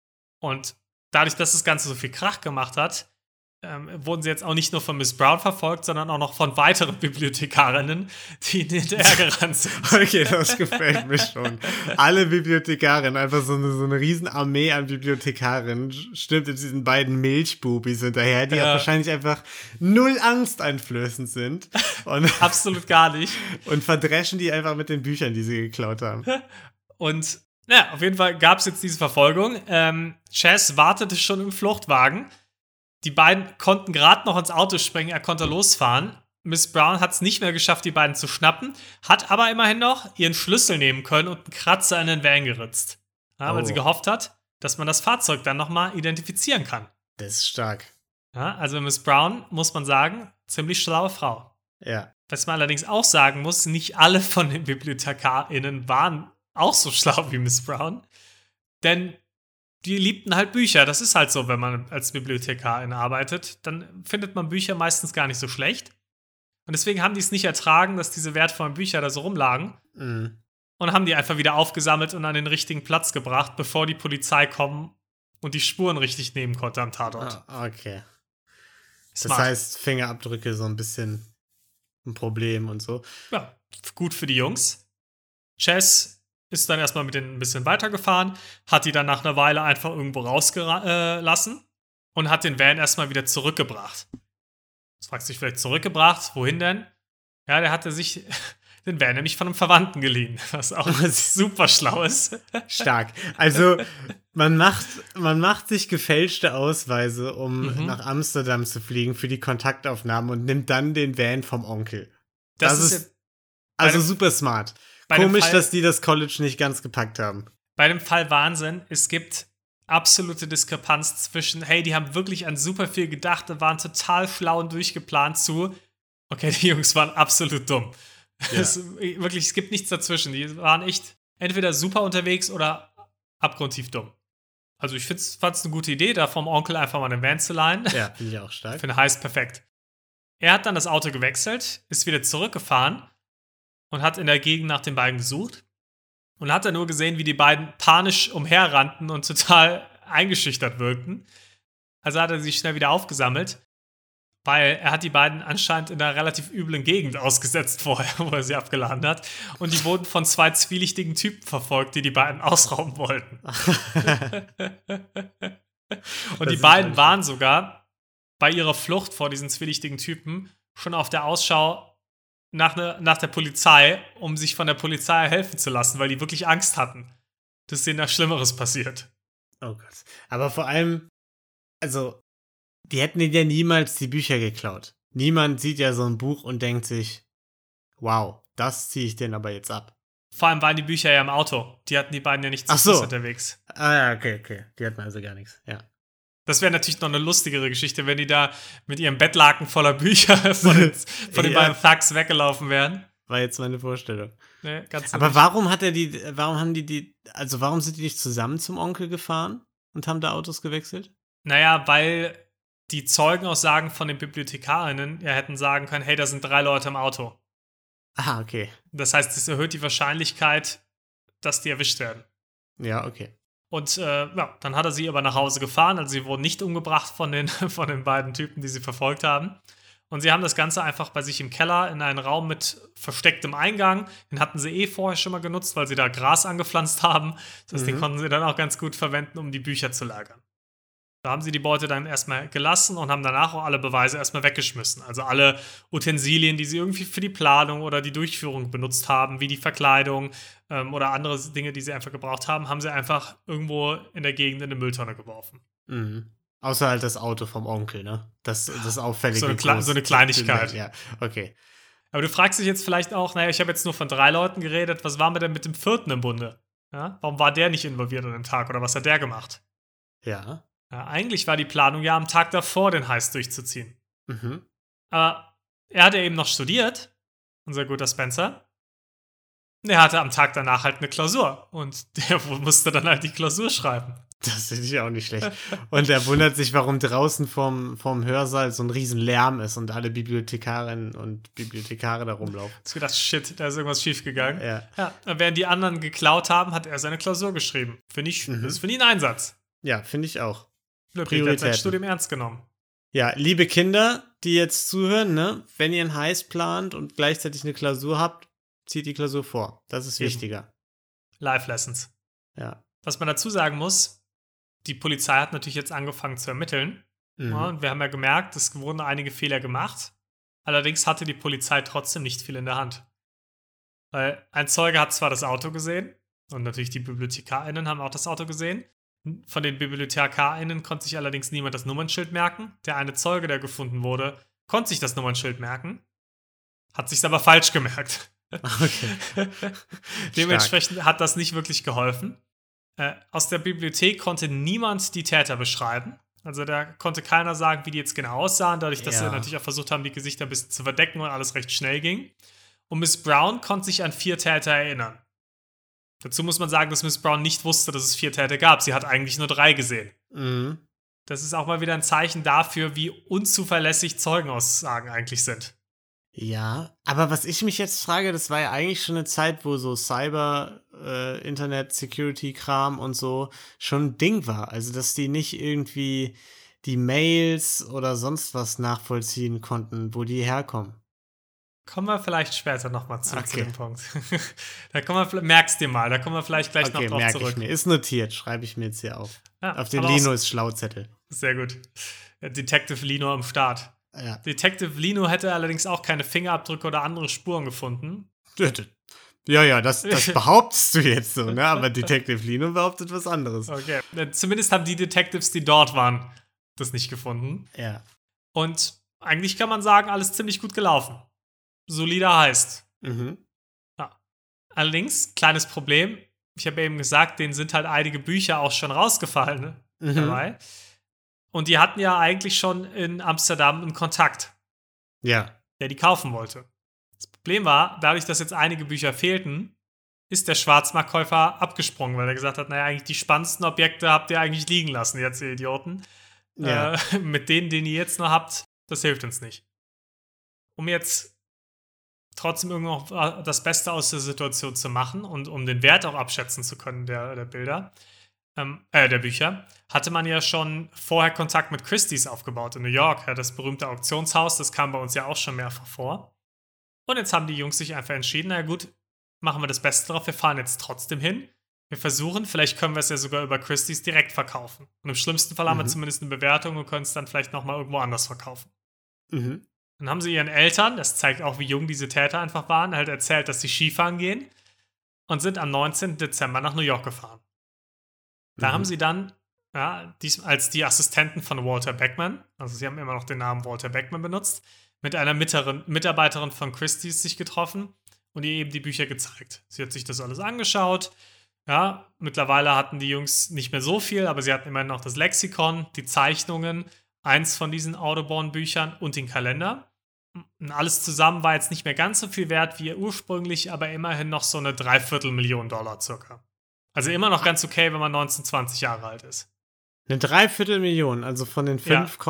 Und dadurch, dass das Ganze so viel Krach gemacht hat, wurden sie jetzt auch nicht nur von Miss Brown verfolgt, sondern auch noch von weiteren Bibliothekarinnen, die hinterher gerannt sind. Okay, das gefällt mir schon. Alle Bibliothekarinnen, einfach so eine riesen Armee an Bibliothekarinnen stimmt in diesen beiden Milchbubis hinterher, die auch wahrscheinlich einfach null angsteinflößend sind. Und absolut gar nicht. Und verdreschen die einfach mit den Büchern, die sie geklaut haben. Und ja, auf jeden Fall gab es jetzt diese Verfolgung. Chaz wartete schon im Fluchtwagen. Die beiden konnten gerade noch ins Auto springen, er konnte losfahren. Miss Brown hat es nicht mehr geschafft, die beiden zu schnappen, hat aber immerhin noch ihren Schlüssel nehmen können und einen Kratzer in den Van geritzt. Ja, weil sie gehofft hat, dass man das Fahrzeug dann nochmal identifizieren kann. Das ist stark. Ja, also Miss Brown, muss man sagen, ziemlich schlaue Frau. Ja. Was man allerdings auch sagen muss, nicht alle von den BibliothekarInnen waren auch so schlau wie Miss Brown. Denn die liebten halt Bücher. Das ist halt so, wenn man als Bibliothekarin arbeitet. Dann findet man Bücher meistens gar nicht so schlecht. Und deswegen haben die es nicht ertragen, dass diese wertvollen Bücher da so rumlagen. Und haben die einfach wieder aufgesammelt und an den richtigen Platz gebracht, bevor die Polizei kommen und die Spuren richtig nehmen konnte am Tatort. Okay. Smart. Das heißt, Fingerabdrücke so ein bisschen ein Problem und so. Ja, gut für die Jungs. Chaz ist dann erstmal mit denen ein bisschen weitergefahren, hat die dann nach einer Weile einfach irgendwo rausgelassen und hat den Van erstmal wieder zurückgebracht. Jetzt fragst du dich vielleicht zurückgebracht, wohin denn? Ja, der hatte sich den Van nämlich von einem Verwandten geliehen, was auch super schlau ist. Stark. Also, man macht sich gefälschte Ausweise, um nach Amsterdam zu fliegen für die Kontaktaufnahmen und nimmt dann den Van vom Onkel. Das ist Also super smart. Komisch, dass die das College nicht ganz gepackt haben. Bei dem Fall Wahnsinn, es gibt absolute Diskrepanz zwischen, hey, die haben wirklich an super viel gedacht und waren total schlau und durchgeplant zu, okay, die Jungs waren absolut dumm. Ja. Es gibt nichts dazwischen. Die waren echt entweder super unterwegs oder abgrundtief dumm. Also ich fand es eine gute Idee, da vom Onkel einfach mal einen Van zu leihen. Ja, finde ich auch stark. Finde heißt perfekt. Er hat dann das Auto gewechselt, ist wieder zurückgefahren und hat in der Gegend nach den beiden gesucht. Und hat dann nur gesehen, wie die beiden panisch umherrannten und total eingeschüchtert wirkten. Also hat er sich schnell wieder aufgesammelt, weil er hat die beiden anscheinend in einer relativ üblen Gegend ausgesetzt vorher, wo er sie abgeladen hat. Und die wurden von 2 zwielichtigen Typen verfolgt, die beiden ausrauben wollten. Und die beiden waren sogar bei ihrer Flucht vor diesen zwielichtigen Typen schon auf der Ausschau nach der Polizei, um sich von der Polizei helfen zu lassen, weil die wirklich Angst hatten, dass denen da Schlimmeres passiert. Oh Gott. Aber vor allem, also, die hätten ihnen ja niemals die Bücher geklaut. Niemand sieht ja so ein Buch und denkt sich, wow, das ziehe ich denen aber jetzt ab. Vor allem waren die Bücher ja im Auto. Die hatten die beiden ja nicht zu Fuß unterwegs. Ah ja, okay. Die hatten also gar nichts, ja. Das wäre natürlich noch eine lustigere Geschichte, wenn die da mit ihrem Bettlaken voller Bücher von den beiden Thugs weggelaufen wären. War jetzt meine Vorstellung. Nee, aber warum sind die nicht zusammen zum Onkel gefahren und haben da Autos gewechselt? Naja, weil die Zeugenaussagen von den BibliothekarInnen ja hätten sagen können, hey, da sind 3 Leute im Auto. Ah, okay. Das heißt, es erhöht die Wahrscheinlichkeit, dass die erwischt werden. Ja, okay. Und dann hat er sie aber nach Hause gefahren. Also sie wurden nicht umgebracht von den beiden Typen, die sie verfolgt haben. Und sie haben das Ganze einfach bei sich im Keller in einen Raum mit verstecktem Eingang. Den hatten sie vorher schon mal genutzt, weil sie da Gras angepflanzt haben. Das heißt, den konnten sie dann auch ganz gut verwenden, um die Bücher zu lagern. Da haben sie die Beute dann erstmal gelassen und haben danach auch alle Beweise erstmal weggeschmissen. Also alle Utensilien, die sie irgendwie für die Planung oder die Durchführung benutzt haben, wie die Verkleidung oder andere Dinge, die sie einfach gebraucht haben, haben sie einfach irgendwo in der Gegend in eine Mülltonne geworfen. Mhm. Außer halt das Auto vom Onkel, ne? Das auffällige. So eine Kleinigkeit. Ja, okay. Aber du fragst dich jetzt vielleicht auch, naja, ich habe jetzt nur von 3 Leuten geredet, was waren wir denn mit dem 4. im Bunde? Ja? Warum war der nicht involviert an dem Tag oder was hat der gemacht? Ja. Ja, eigentlich war die Planung ja am Tag davor, den Heist durchzuziehen. Mhm. Aber er hat ja eben noch studiert, unser guter Spencer. Der hatte am Tag danach halt eine Klausur und der musste dann halt die Klausur schreiben. Das finde ich auch nicht schlecht. Und er wundert sich, warum draußen vom Hörsaal so ein riesen Lärm ist und alle Bibliothekarinnen und Bibliothekare da rumlaufen. Ich gedacht, shit, da ist irgendwas schiefgegangen. Ja. Während die anderen geklaut haben, hat er seine Klausur geschrieben. Das ist für ihn ein Einsatz. Ja, finde ich auch. Er hat sein Studium ernst genommen. Ja, liebe Kinder, die jetzt zuhören, ne, wenn ihr einen Heist plant und gleichzeitig eine Klausur habt, zieht die Klausur vor. Das ist wichtiger. Life Lessons. Ja. Was man dazu sagen muss, die Polizei hat natürlich jetzt angefangen zu ermitteln. Ja, und wir haben ja gemerkt, es wurden einige Fehler gemacht. Allerdings hatte die Polizei trotzdem nicht viel in der Hand. Weil ein Zeuge hat zwar das Auto gesehen und natürlich die BibliothekarInnen haben auch das Auto gesehen. Von den BibliothekarInnen konnte sich allerdings niemand das Nummernschild merken. Der eine Zeuge, der gefunden wurde, konnte sich das Nummernschild merken, hat sich's aber falsch gemerkt. Okay. Dementsprechend hat das nicht wirklich geholfen. Aus der Bibliothek konnte niemand die Täter beschreiben. Also da konnte keiner sagen, wie die jetzt genau aussahen, dadurch, dass sie natürlich auch versucht haben, die Gesichter ein bisschen zu verdecken und alles recht schnell ging. Und Miss Brown konnte sich an 4 Täter erinnern. Dazu muss man sagen, dass Miss Brown nicht wusste, dass es 4 Täter gab. Sie hat eigentlich nur 3 gesehen. Mhm. Das ist auch mal wieder ein Zeichen dafür, wie unzuverlässig Zeugenaussagen eigentlich sind. Ja, aber was ich mich jetzt frage, das war ja eigentlich schon eine Zeit, wo so Internet-Security-Kram und so schon ein Ding war. Also, dass die nicht irgendwie die Mails oder sonst was nachvollziehen konnten, wo die herkommen. Kommen wir vielleicht später nochmal zu dem Punkt. Merk's dir mal, da kommen wir vielleicht gleich noch drauf zurück. Ich mir. Ist notiert, schreibe ich mir jetzt hier auf. Ja, auf den Linus-Schlauzettel. Sehr gut. Detective Lino am Start. Ja. Detective Lino hätte allerdings auch keine Fingerabdrücke oder andere Spuren gefunden. Ja, das behauptest du jetzt so, ne? Aber Detective Lino behauptet was anderes. Okay. Zumindest haben die Detectives, die dort waren, das nicht gefunden. Ja. Und eigentlich kann man sagen, alles ziemlich gut gelaufen. Solider Heist. Mhm. Allerdings, kleines Problem, ich habe eben gesagt, denen sind halt einige Bücher auch schon rausgefallen, ne, dabei. Und die hatten ja eigentlich schon in Amsterdam einen Kontakt, Ja. der die kaufen wollte. Das Problem war, dadurch, dass jetzt einige Bücher fehlten, ist der Schwarzmarktkäufer abgesprungen, weil er gesagt hat, naja, eigentlich die spannendsten Objekte habt ihr eigentlich liegen lassen, jetzt ihr Idioten. Ja. Mit denen, den ihr jetzt noch habt, das hilft uns nicht. Um jetzt trotzdem irgendwie noch das Beste aus der Situation zu machen und um den Wert auch abschätzen zu können der Bilder, der Bücher, hatte man ja schon vorher Kontakt mit Christie's aufgebaut in New York, ja, das berühmte Auktionshaus, das kam bei uns ja auch schon mehrfach vor. Und jetzt haben die Jungs sich einfach entschieden, na gut, machen wir das Beste drauf, wir fahren jetzt trotzdem hin. Wir versuchen, vielleicht können wir es ja sogar über Christie's direkt verkaufen. Und im schlimmsten Fall haben wir zumindest eine Bewertung und können es dann vielleicht nochmal irgendwo anders verkaufen. Dann haben sie ihren Eltern, das zeigt auch, wie jung diese Täter einfach waren, halt erzählt, dass sie Skifahren gehen und sind am 19. Dezember nach New York gefahren. Da haben sie dann, ja, als die Assistenten von Walter Beckman, also sie haben immer noch den Namen Walter Beckman benutzt, mit einer Mitarbeiterin von Christie's sich getroffen und ihr eben die Bücher gezeigt. Sie hat sich das alles angeschaut. Ja, mittlerweile hatten die Jungs nicht mehr so viel, aber sie hatten immerhin noch das Lexikon, die Zeichnungen, eins von diesen Audubon-Büchern und den Kalender. Und alles zusammen war jetzt nicht mehr ganz so viel wert wie ursprünglich, aber immerhin noch so eine $250.000 circa. Also immer noch ganz okay, wenn man 19, 20 Jahre alt ist. Eine $250.000, also von den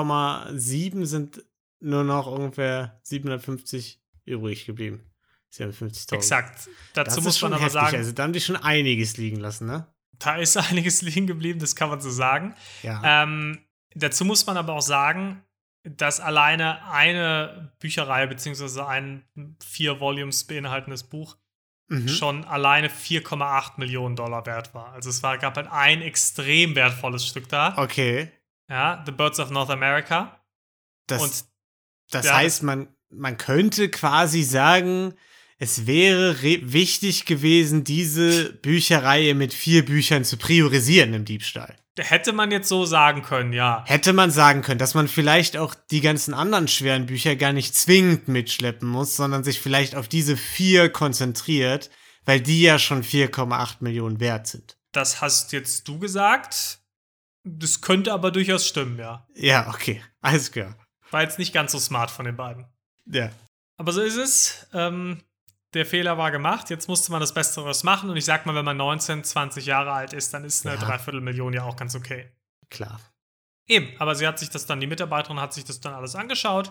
5,7 sind nur noch ungefähr 750 übrig geblieben. 750.000. Exakt. Dazu das muss ist schon man aber heftig. sagen, Also da haben die schon einiges liegen lassen, ne? da ist einiges liegen geblieben, das kann man so sagen. Ja. Dazu muss man aber auch sagen, dass alleine eine Bücherreihe beziehungsweise ein 4 Volumes beinhaltendes Buch schon alleine $4,8 Millionen wert war. Also gab halt ein extrem wertvolles Stück da. Okay. Ja, The Birds of North America. Das heißt, man könnte quasi sagen, es wäre wichtig gewesen, diese Bücherreihe mit 4 Büchern zu priorisieren im Diebstahl. Hätte man jetzt so sagen können, ja. Hätte man sagen können, dass man vielleicht auch die ganzen anderen schweren Bücher gar nicht zwingend mitschleppen muss, sondern sich vielleicht auf diese 4 konzentriert, weil die ja schon 4,8 Millionen wert sind. Das hast jetzt du gesagt. Das könnte aber durchaus stimmen, ja. Ja, okay. Alles klar. War jetzt nicht ganz so smart von den beiden. Ja. Aber so ist es. Der Fehler war gemacht. Jetzt musste man das Beste daraus machen. Und ich sag mal, wenn man 19, 20 Jahre alt ist, dann ist eine $250.000 ja auch ganz okay. Klar. Eben, aber die Mitarbeiterin hat sich das dann alles angeschaut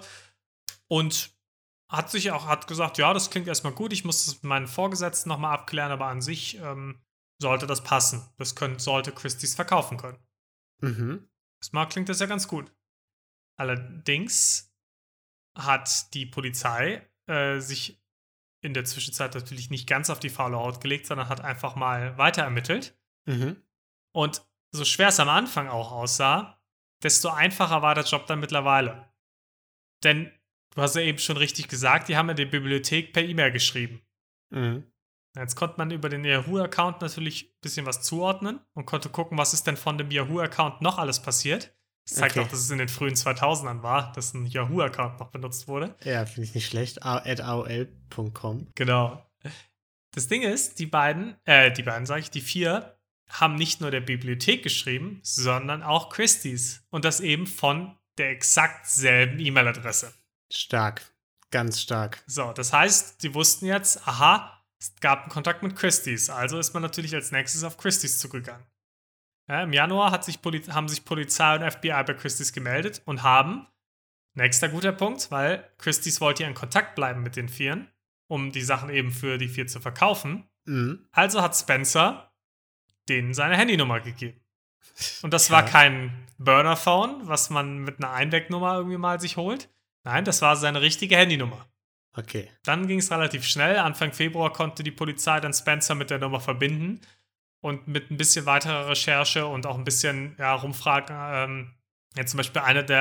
und hat gesagt, ja, das klingt erstmal gut, ich muss das mit meinen Vorgesetzten nochmal abklären, aber an sich sollte das passen. Sollte Christie's verkaufen können. Erstmal klingt das ja ganz gut. Allerdings hat die Polizei sich in der Zwischenzeit natürlich nicht ganz auf die faule Haut gelegt, sondern hat einfach mal weiter ermittelt. Und so schwer es am Anfang auch aussah, desto einfacher war der Job dann mittlerweile. Denn, du hast ja eben schon richtig gesagt, die haben ja die Bibliothek per E-Mail geschrieben. Jetzt konnte man über den Yahoo-Account natürlich ein bisschen was zuordnen und konnte gucken, was ist denn von dem Yahoo-Account noch alles passiert. Das zeigt auch, dass es in den frühen 2000ern war, dass ein Yahoo-Account noch benutzt wurde. Ja, finde ich nicht schlecht. @aol.com. Genau. Das Ding ist, die vier haben nicht nur der Bibliothek geschrieben, sondern auch Christie's. Und das eben von der exakt selben E-Mail-Adresse. Stark. Ganz stark. So, das heißt, die wussten jetzt, aha, es gab einen Kontakt mit Christie's. Also ist man natürlich als nächstes auf Christie's zugegangen. Ja, im Januar haben sich Polizei und FBI bei Christie's gemeldet und haben, nächster guter Punkt, weil Christie's wollte ja in Kontakt bleiben mit den Vieren, um die Sachen eben für die 4 zu verkaufen. Also hat Spencer denen seine Handynummer gegeben. Und das war kein Burner-Phone, was man mit einer Einwegnummer irgendwie mal sich holt. Nein, das war seine richtige Handynummer. Okay. Dann ging es relativ schnell. Anfang Februar konnte die Polizei dann Spencer mit der Nummer verbinden. Und mit ein bisschen weiterer Recherche und auch ein bisschen rumfragen, zum Beispiel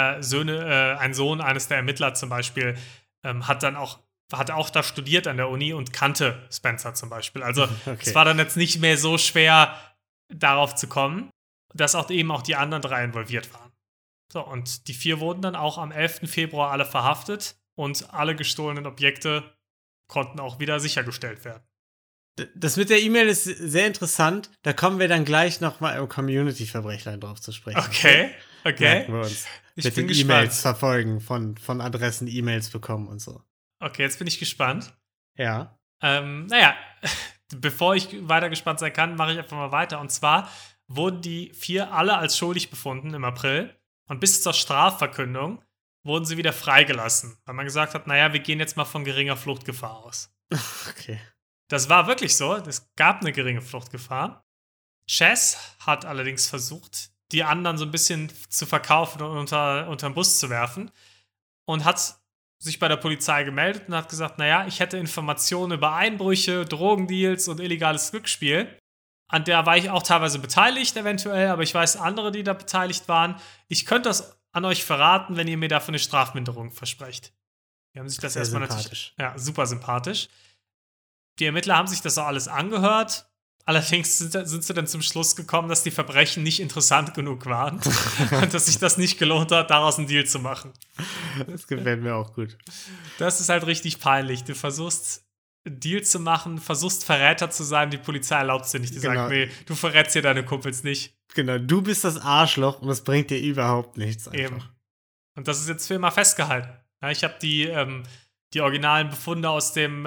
ein Sohn eines der Ermittler zum Beispiel, hat auch da studiert an der Uni und kannte Spencer zum Beispiel. Also es war dann jetzt nicht mehr so schwer, darauf zu kommen, dass auch die anderen 3 involviert waren. So, und die 4 wurden dann auch am 11. Februar alle verhaftet und alle gestohlenen Objekte konnten auch wieder sichergestellt werden. Das mit der E-Mail ist sehr interessant. Da kommen wir dann gleich nochmal im Community-Verbrechlein drauf zu sprechen. Okay. Merken wir uns. Ich mit bin den gespannt. E-Mails verfolgen, von Adressen E-Mails bekommen und so. Okay, jetzt bin ich gespannt. Ja. Naja, bevor ich weiter gespannt sein kann, mache ich einfach mal weiter. Und zwar wurden die 4 alle als schuldig befunden im April. Und bis zur Strafverkündung wurden sie wieder freigelassen. Weil man gesagt hat, naja, wir gehen jetzt mal von geringer Fluchtgefahr aus. Okay. Das war wirklich so. Es gab eine geringe Fluchtgefahr. Chess hat allerdings versucht, die anderen so ein bisschen zu verkaufen und unter den Bus zu werfen. Und hat sich bei der Polizei gemeldet und hat gesagt, naja, ich hätte Informationen über Einbrüche, Drogendeals und illegales Glücksspiel. An der war ich auch teilweise beteiligt eventuell, aber ich weiß andere, die da beteiligt waren. Ich könnte das an euch verraten, wenn ihr mir dafür eine Strafminderung versprecht. Die haben sich das Sehr erstmal sympathisch. natürlich... Ja, super sympathisch. Die Ermittler haben sich das auch alles angehört. Allerdings sind sie dann zum Schluss gekommen, dass die Verbrechen nicht interessant genug waren und dass sich das nicht gelohnt hat, daraus einen Deal zu machen. Das gefällt mir auch gut. Das ist halt richtig peinlich. Du versuchst, einen Deal zu machen, versuchst Verräter zu sein, die Polizei erlaubt es dir nicht. Die Genau. sagt, nee, du verrätst hier deine Kumpels nicht. Genau, du bist das Arschloch und es bringt dir überhaupt nichts einfach. Eben. Und das ist jetzt für immer festgehalten. Ja, ich habe die originalen Befunde aus dem,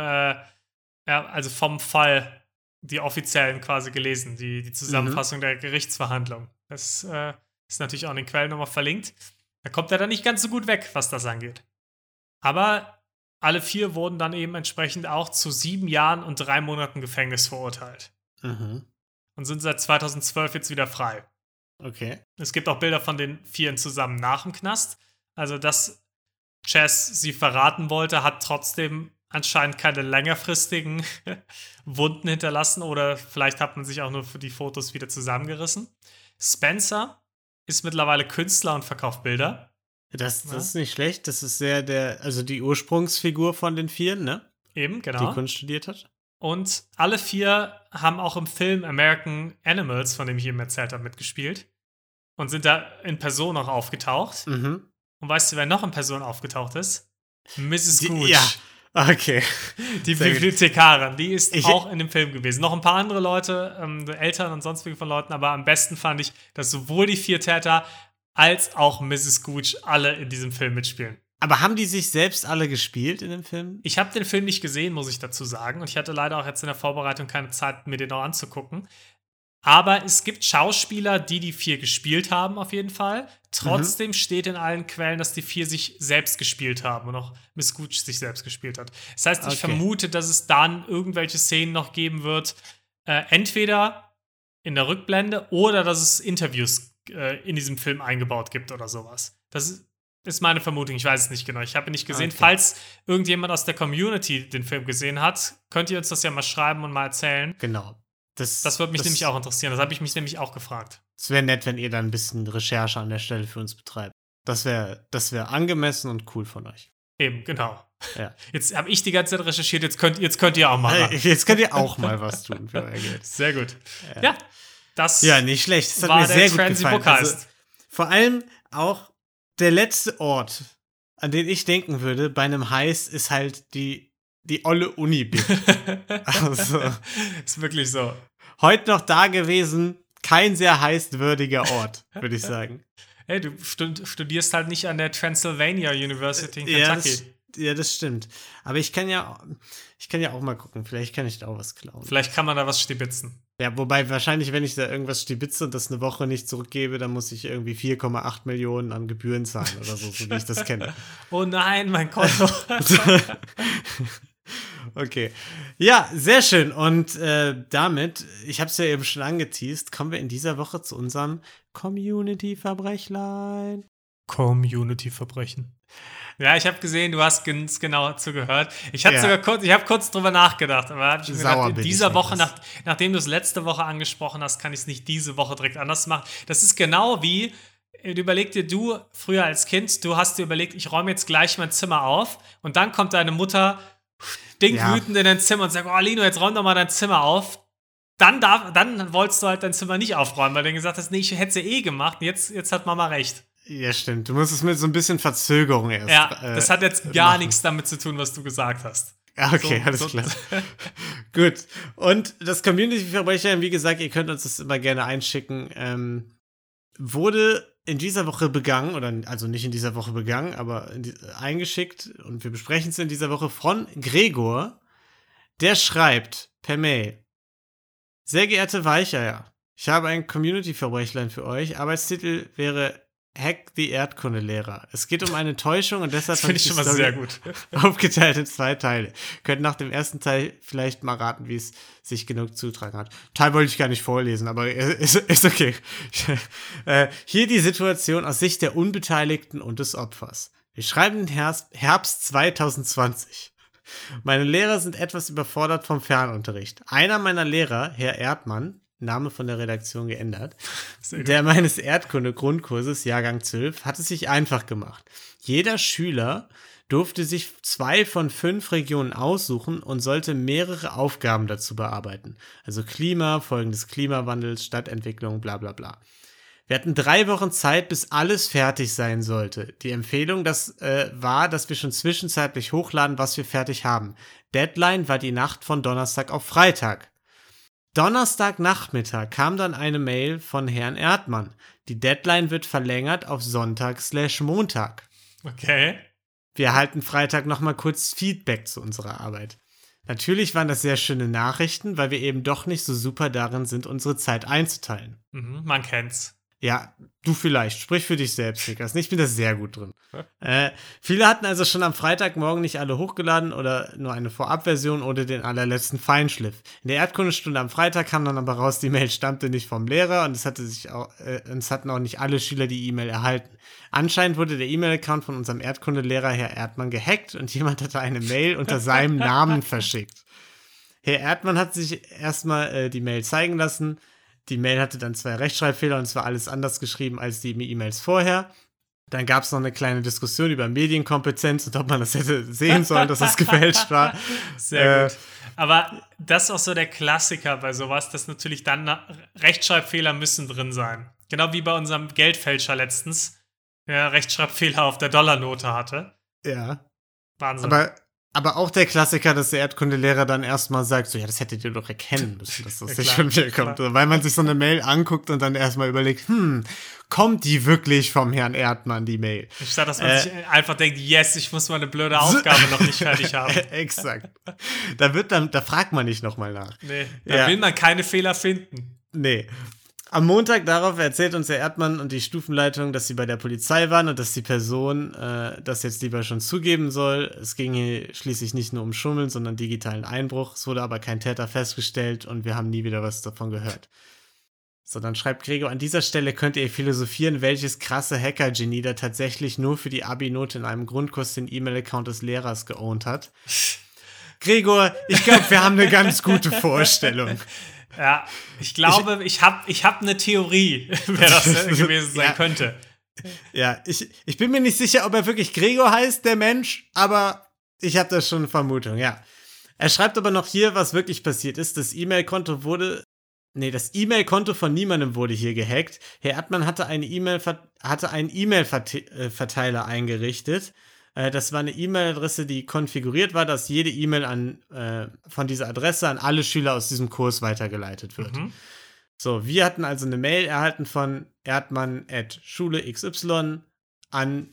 also vom Fall, die offiziellen quasi gelesen, die Zusammenfassung der Gerichtsverhandlung. Das ist natürlich auch in den Quellen nochmal verlinkt. Da kommt er dann nicht ganz so gut weg, was das angeht. Aber alle 4 wurden dann eben entsprechend auch zu 7 Jahren und 3 Monaten Gefängnis verurteilt. Mhm. Und sind seit 2012 jetzt wieder frei. Okay. Es gibt auch Bilder von den 4 zusammen nach dem Knast. Also, dass Chess sie verraten wollte, hat trotzdem anscheinend keine längerfristigen Wunden hinterlassen oder vielleicht hat man sich auch nur für die Fotos wieder zusammengerissen. Spencer ist mittlerweile Künstler und verkauft Bilder. Das ist nicht schlecht. Das ist sehr also die Ursprungsfigur von den 4, ne? Eben, genau. Die Kunst studiert hat. Und alle 4 haben auch im Film American Animals, von dem ich eben erzählt habe, mitgespielt. Und sind da in Person auch aufgetaucht. Mhm. Und weißt du, wer noch in Person aufgetaucht ist? Mrs. Gooch. Ja, okay. Die Sehr gut. Bibliothekarin, die ist auch in dem Film gewesen. Noch ein paar andere Leute, Eltern und sonstige von Leuten, aber am besten fand ich, dass sowohl die 4 Täter als auch Mrs. Gooch alle in diesem Film mitspielen. Aber haben die sich selbst alle gespielt in dem Film? Ich habe den Film nicht gesehen, muss ich dazu sagen. Und ich hatte leider auch jetzt in der Vorbereitung keine Zeit, mir den noch anzugucken. Aber es gibt Schauspieler, die 4 gespielt haben, auf jeden Fall. Trotzdem steht in allen Quellen, dass die 4 sich selbst gespielt haben und auch Miss Gooch sich selbst gespielt hat. Das heißt, ich vermute, dass es dann irgendwelche Szenen noch geben wird, entweder in der Rückblende oder dass es Interviews in diesem Film eingebaut gibt oder sowas. Das ist meine Vermutung, ich weiß es nicht genau. Ich habe ihn nicht gesehen. Okay. Falls irgendjemand aus der Community den Film gesehen hat, könnt ihr uns das ja mal schreiben und mal erzählen. Genau. Das würde mich nämlich auch interessieren. Das habe ich mich nämlich auch gefragt. Es wäre nett, wenn ihr dann ein bisschen Recherche an der Stelle für uns betreibt. Das wär angemessen und cool von euch. Eben, genau. Ja. Jetzt habe ich die ganze Zeit recherchiert, jetzt könnt ihr auch mal ran. Jetzt könnt ihr auch mal was tun für euer Geld. Sehr gut. Ja, das Ja, nicht schlecht. Das hat war mir der sehr gut Transy gefallen. Bookheist. Also, vor allem auch der letzte Ort, an den ich denken würde, bei einem Heist, ist halt die olle Uni-Bib. Also, Ist wirklich so. heute noch da gewesen, kein sehr heistwürdiger Ort, würde ich sagen. Hey, du studierst halt nicht an der Transylvania University in Ja, Kentucky. das stimmt. Aber ich kann ja auch mal gucken. Vielleicht kann ich da auch was klauen. Vielleicht kann man da was stibitzen. Ja, wobei wahrscheinlich, wenn ich da irgendwas stibitze und das eine Woche nicht zurückgebe, dann muss ich irgendwie 4,8 Millionen an Gebühren zahlen oder so wie ich das kenne. Oh nein, mein Konto. Okay. Ja, sehr schön. Und damit, ich habe es ja eben schon angeteased, kommen wir in dieser Woche zu unserem Community-Verbrechlein. Community-Verbrechen. Ja, ich habe gesehen, du hast ganz genau zugehört. Ich habe Ja. kurz drüber nachgedacht, aber hab ich mir Sauer gedacht, in bin dieser ich, Woche, Niklas. nachdem du es letzte Woche angesprochen hast, kann ich es nicht diese Woche direkt anders machen. Das ist genau wie, überleg dir du früher als Kind, du hast dir überlegt, ich räume jetzt gleich mein Zimmer auf und dann kommt deine Mutter stinkwütend in dein Zimmer und sagt, oh Lino, jetzt räum doch mal dein Zimmer auf. Dann wolltest du halt dein Zimmer nicht aufräumen, weil du gesagt hast, nee, ich hätte es gemacht, jetzt hat Mama recht. Ja, stimmt. Du musst es mit so ein bisschen Verzögerung erst. Ja, das hat jetzt gar machen. nichts damit zu tun, was du gesagt hast. Ja, okay, So- alles so- klar. Gut. Und das Community-Verbrechen, wie gesagt, ihr könnt uns das immer gerne einschicken, wurde in dieser Woche begangen, oder also nicht in dieser Woche begangen, aber eingeschickt, und wir besprechen es in dieser Woche von Gregor. Der schreibt per Mail: Sehr geehrte Weicheier, ich habe ein Community-Verbrechlein für euch. Arbeitstitel wäre Hack the Erdkundelehrer. Es geht um eine Täuschung und deshalb Das finde ich schon mal sehr gut. aufgeteilt in 2 Teile. Könnt nach dem ersten Teil vielleicht mal raten, wie es sich genug zutragen hat. Teil wollte ich gar nicht vorlesen, aber ist okay. Hier die Situation aus Sicht der Unbeteiligten und des Opfers. Wir schreiben den Herbst 2020. Meine Lehrer sind etwas überfordert vom Fernunterricht. Einer meiner Lehrer, Herr Erdmann, Name von der Redaktion geändert, der meines Erdkunde-Grundkurses, Jahrgang 12, hat es sich einfach gemacht. Jeder Schüler durfte sich 2 von 5 Regionen aussuchen und sollte mehrere Aufgaben dazu bearbeiten. Also Klima, Folgen des Klimawandels, Stadtentwicklung, bla bla bla. Wir hatten 3 Wochen Zeit, bis alles fertig sein sollte. Die Empfehlung war, dass wir schon zwischenzeitlich hochladen, was wir fertig haben. Deadline war die Nacht von Donnerstag auf Freitag. Donnerstagnachmittag kam dann eine Mail von Herrn Erdmann. Die Deadline wird verlängert auf Sonntag/Montag. Okay. Wir erhalten Freitag nochmal kurz Feedback zu unserer Arbeit. Natürlich waren das sehr schöne Nachrichten, weil wir eben doch nicht so super darin sind, unsere Zeit einzuteilen. Man kennt's. Ja, du vielleicht. Sprich für dich selbst, Niklas. Ich bin da sehr gut drin. Viele hatten also schon am Freitagmorgen nicht alle hochgeladen oder nur eine Vorabversion oder den allerletzten Feinschliff. In der Erdkundestunde am Freitag kam dann aber raus, die Mail stammte nicht vom Lehrer und es hatten auch nicht alle Schüler die E-Mail erhalten. Anscheinend wurde der E-Mail-Account von unserem Erdkundelehrer Herr Erdmann gehackt und jemand hatte eine Mail unter seinem Namen verschickt. Herr Erdmann hat sich erstmal die Mail zeigen lassen. Die Mail hatte dann 2 Rechtschreibfehler und es war alles anders geschrieben als die E-Mails vorher. Dann gab es noch eine kleine Diskussion über Medienkompetenz und ob man das hätte sehen sollen, dass das gefälscht war. Sehr gut. Aber das ist auch so der Klassiker bei sowas, dass natürlich dann Rechtschreibfehler müssen drin sein. Genau wie bei unserem Geldfälscher letztens, der Rechtschreibfehler auf der Dollarnote hatte. Ja. Wahnsinn. Aber auch der Klassiker, dass der Erdkundelehrer dann erstmal sagt, so, ja, das hättet ihr doch erkennen müssen, dass das Ja, nicht klar, von mir kommt. klar. Weil man sich so eine Mail anguckt und dann erstmal überlegt, kommt die wirklich vom Herrn Erdmann, die Mail? Statt dass man sich einfach denkt, yes, ich muss meine blöde Aufgabe noch nicht fertig haben. Exakt. Da fragt man nicht nochmal nach. Nee, da will man keine Fehler finden. Nee. Am Montag darauf erzählt uns der Erdmann und die Stufenleitung, dass sie bei der Polizei waren und dass die Person das jetzt lieber schon zugeben soll. Es ging hier schließlich nicht nur um Schummeln, sondern digitalen Einbruch. Es wurde aber kein Täter festgestellt und wir haben nie wieder was davon gehört. So, dann schreibt Gregor, an dieser Stelle könnt ihr philosophieren, welches krasse Hacker-Genie da tatsächlich nur für die Abi-Note in einem Grundkurs den E-Mail-Account des Lehrers geowned hat. Gregor, ich glaube, wir haben eine ganz gute Vorstellung. Ja, ich glaube, ich hab eine Theorie, wer das gewesen sein könnte. Ja, ich bin mir nicht sicher, ob er wirklich Gregor heißt, der Mensch, aber ich habe da schon eine Vermutung, ja. Er schreibt aber noch hier, was wirklich passiert ist. Das E-Mail-Konto von niemandem wurde hier gehackt. Herr Erdmann hatte einen E-Mail-Verteiler eingerichtet. Das war eine E-Mail-Adresse, die konfiguriert war, dass jede E-Mail von dieser Adresse an alle Schüler aus diesem Kurs weitergeleitet wird. So, wir hatten also eine Mail erhalten von erdmann@schule.xy an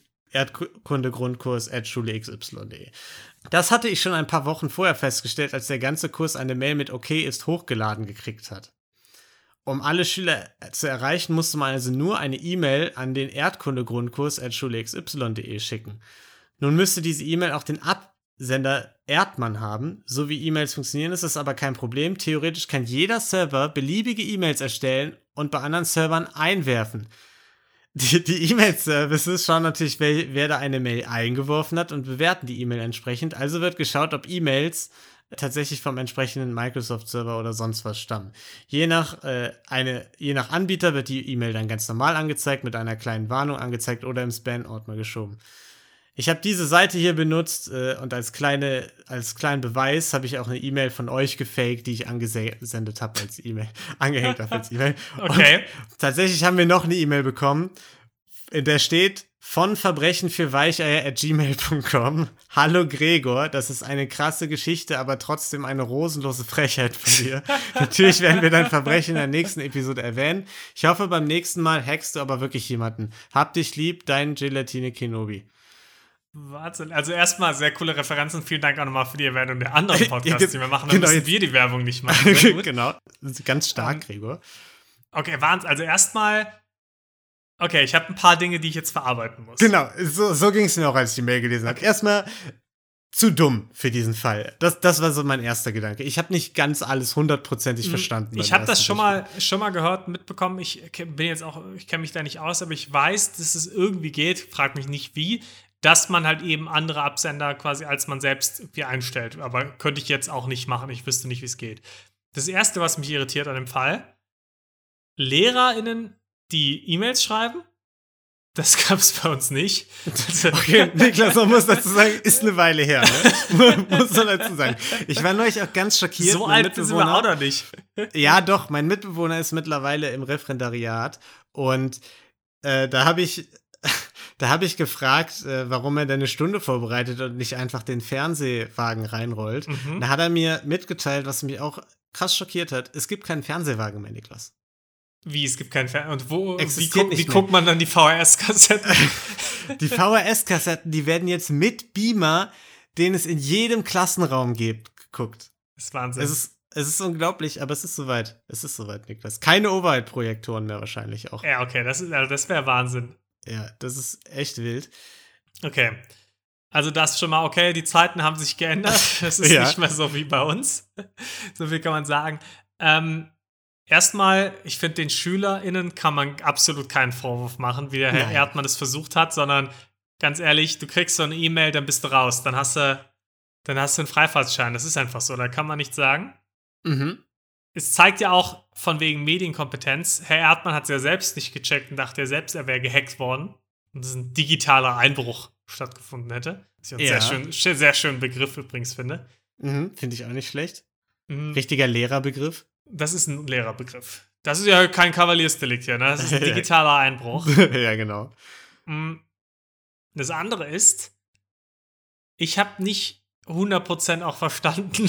erdkundegrundkurs@schule.xy.de. Das hatte ich schon ein paar Wochen vorher festgestellt, als der ganze Kurs eine Mail mit okay ist hochgeladen gekriegt hat. Um alle Schüler zu erreichen, musste man also nur eine E-Mail an den erdkundegrundkurs@schule.xy.de schicken. Nun müsste diese E-Mail auch den Absender Erdmann haben. So wie E-Mails funktionieren, ist das aber kein Problem. Theoretisch kann jeder Server beliebige E-Mails erstellen und bei anderen Servern einwerfen. Die E-Mail-Services schauen natürlich, wer da eine Mail eingeworfen hat und bewerten die E-Mail entsprechend. Also wird geschaut, ob E-Mails tatsächlich vom entsprechenden Microsoft-Server oder sonst was stammen. Je nach Anbieter wird die E-Mail dann ganz normal angezeigt, mit einer kleinen Warnung angezeigt oder im Spam-Ordner geschoben. Ich habe diese Seite hier benutzt und als kleinen Beweis habe ich auch eine E-Mail von euch gefaked, die ich angesendet habe als E-Mail, angehängt habe als E-Mail. Okay. Und tatsächlich haben wir noch eine E-Mail bekommen, in der steht, von verbrechenfürweicheier@gmail.com. Hallo Gregor, das ist eine krasse Geschichte, aber trotzdem eine rosenlose Frechheit von dir. Natürlich werden wir dein Verbrechen in der nächsten Episode erwähnen. Ich hoffe, beim nächsten Mal hackst du aber wirklich jemanden. Hab dich lieb, dein Gelatine Kenobi. Wahnsinn. Also erstmal sehr coole Referenzen. Vielen Dank auch nochmal für die Erwähnung der anderen Podcasts, die wir machen. Dann müssen wir die Werbung nicht machen. Sehr gut. Genau. Ganz stark, Gregor. Okay, Wahnsinn. Also erstmal, okay, ich habe ein paar Dinge, die ich jetzt verarbeiten muss. Genau, so ging es mir auch, als ich die Mail gelesen habe. Erstmal zu dumm für diesen Fall. Das war so mein erster Gedanke. Ich habe nicht ganz alles hundertprozentig verstanden. Ich habe das schon mal gehört, mitbekommen. Ich kenne mich da nicht aus, aber ich weiß, dass es irgendwie geht. Frag mich nicht wie, dass man halt eben andere Absender quasi als man selbst irgendwie einstellt. Aber könnte ich jetzt auch nicht machen. Ich wüsste nicht, wie es geht. Das Erste, was mich irritiert an dem Fall: LehrerInnen, die E-Mails schreiben. Das gab es bei uns nicht. Okay, Niklas, man muss dazu sagen, ist eine Weile her. Ne? Muss man dazu sagen. Ich war neulich auch ganz schockiert. So alt sind wir auch noch nicht. Ja, doch, mein Mitbewohner ist mittlerweile im Referendariat. Und da habe ich gefragt, warum er denn eine Stunde vorbereitet und nicht einfach den Fernsehwagen reinrollt. Da hat er mir mitgeteilt, was mich auch krass schockiert hat. Es gibt keinen Fernsehwagen mehr, Niklas. Wie, es gibt keinen Fernsehen? Und wie guckt man dann die VHS-Kassetten? Die VHS-Kassetten, die werden jetzt mit Beamer, den es in jedem Klassenraum gibt, geguckt. Das ist Wahnsinn. Es ist unglaublich, aber es ist soweit. Es ist soweit, Niklas. Keine Overhead-Projektoren mehr wahrscheinlich auch. Ja, okay, das wäre Wahnsinn. Ja, das ist echt wild. Okay. Also das schon mal okay, die Zeiten haben sich geändert. Das ist nicht mehr so wie bei uns. So viel kann man sagen. Erstmal, ich finde, den SchülerInnen kann man absolut keinen Vorwurf machen, wie der Herr Erdmann es versucht hat, sondern ganz ehrlich, du kriegst so eine E-Mail, dann bist du raus. Dann hast du einen Freifahrtschein. Das ist einfach so, da kann man nichts sagen. Es zeigt ja auch von wegen Medienkompetenz. Herr Erdmann hat es ja selbst nicht gecheckt und dachte ja selbst, er wäre gehackt worden. Und dass ein digitaler Einbruch stattgefunden hätte. Was ich einen sehr schönen Begriff übrigens finde. Finde ich auch nicht schlecht. Richtiger Lehrerbegriff. Das ist ein Lehrerbegriff. Das ist ja kein Kavaliersdelikt hier, ne? Das ist ein digitaler Einbruch. Ja, genau. Das andere ist, ich habe nicht 100% auch verstanden,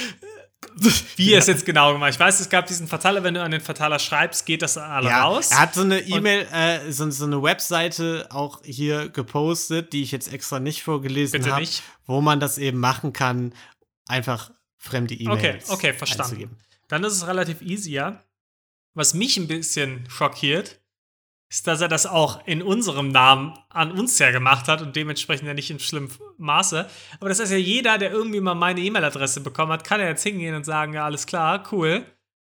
wie er es jetzt genau gemacht hat. Ich weiß, es gab diesen Verteiler, wenn du an den Verteiler schreibst, geht das alle raus. Er hat so eine E-Mail, so eine Webseite auch hier gepostet, die ich jetzt extra nicht vorgelesen habe, wo man das eben machen kann, einfach fremde E-Mails Okay, verstanden. einzugeben. Dann ist es relativ easy, ja. Was mich ein bisschen schockiert, ist, dass er das auch in unserem Namen an uns ja gemacht hat und dementsprechend ja nicht in schlimmem Maße. Aber das heißt ja, jeder, der irgendwie mal meine E-Mail-Adresse bekommen hat, kann ja jetzt hingehen und sagen, ja, alles klar, cool.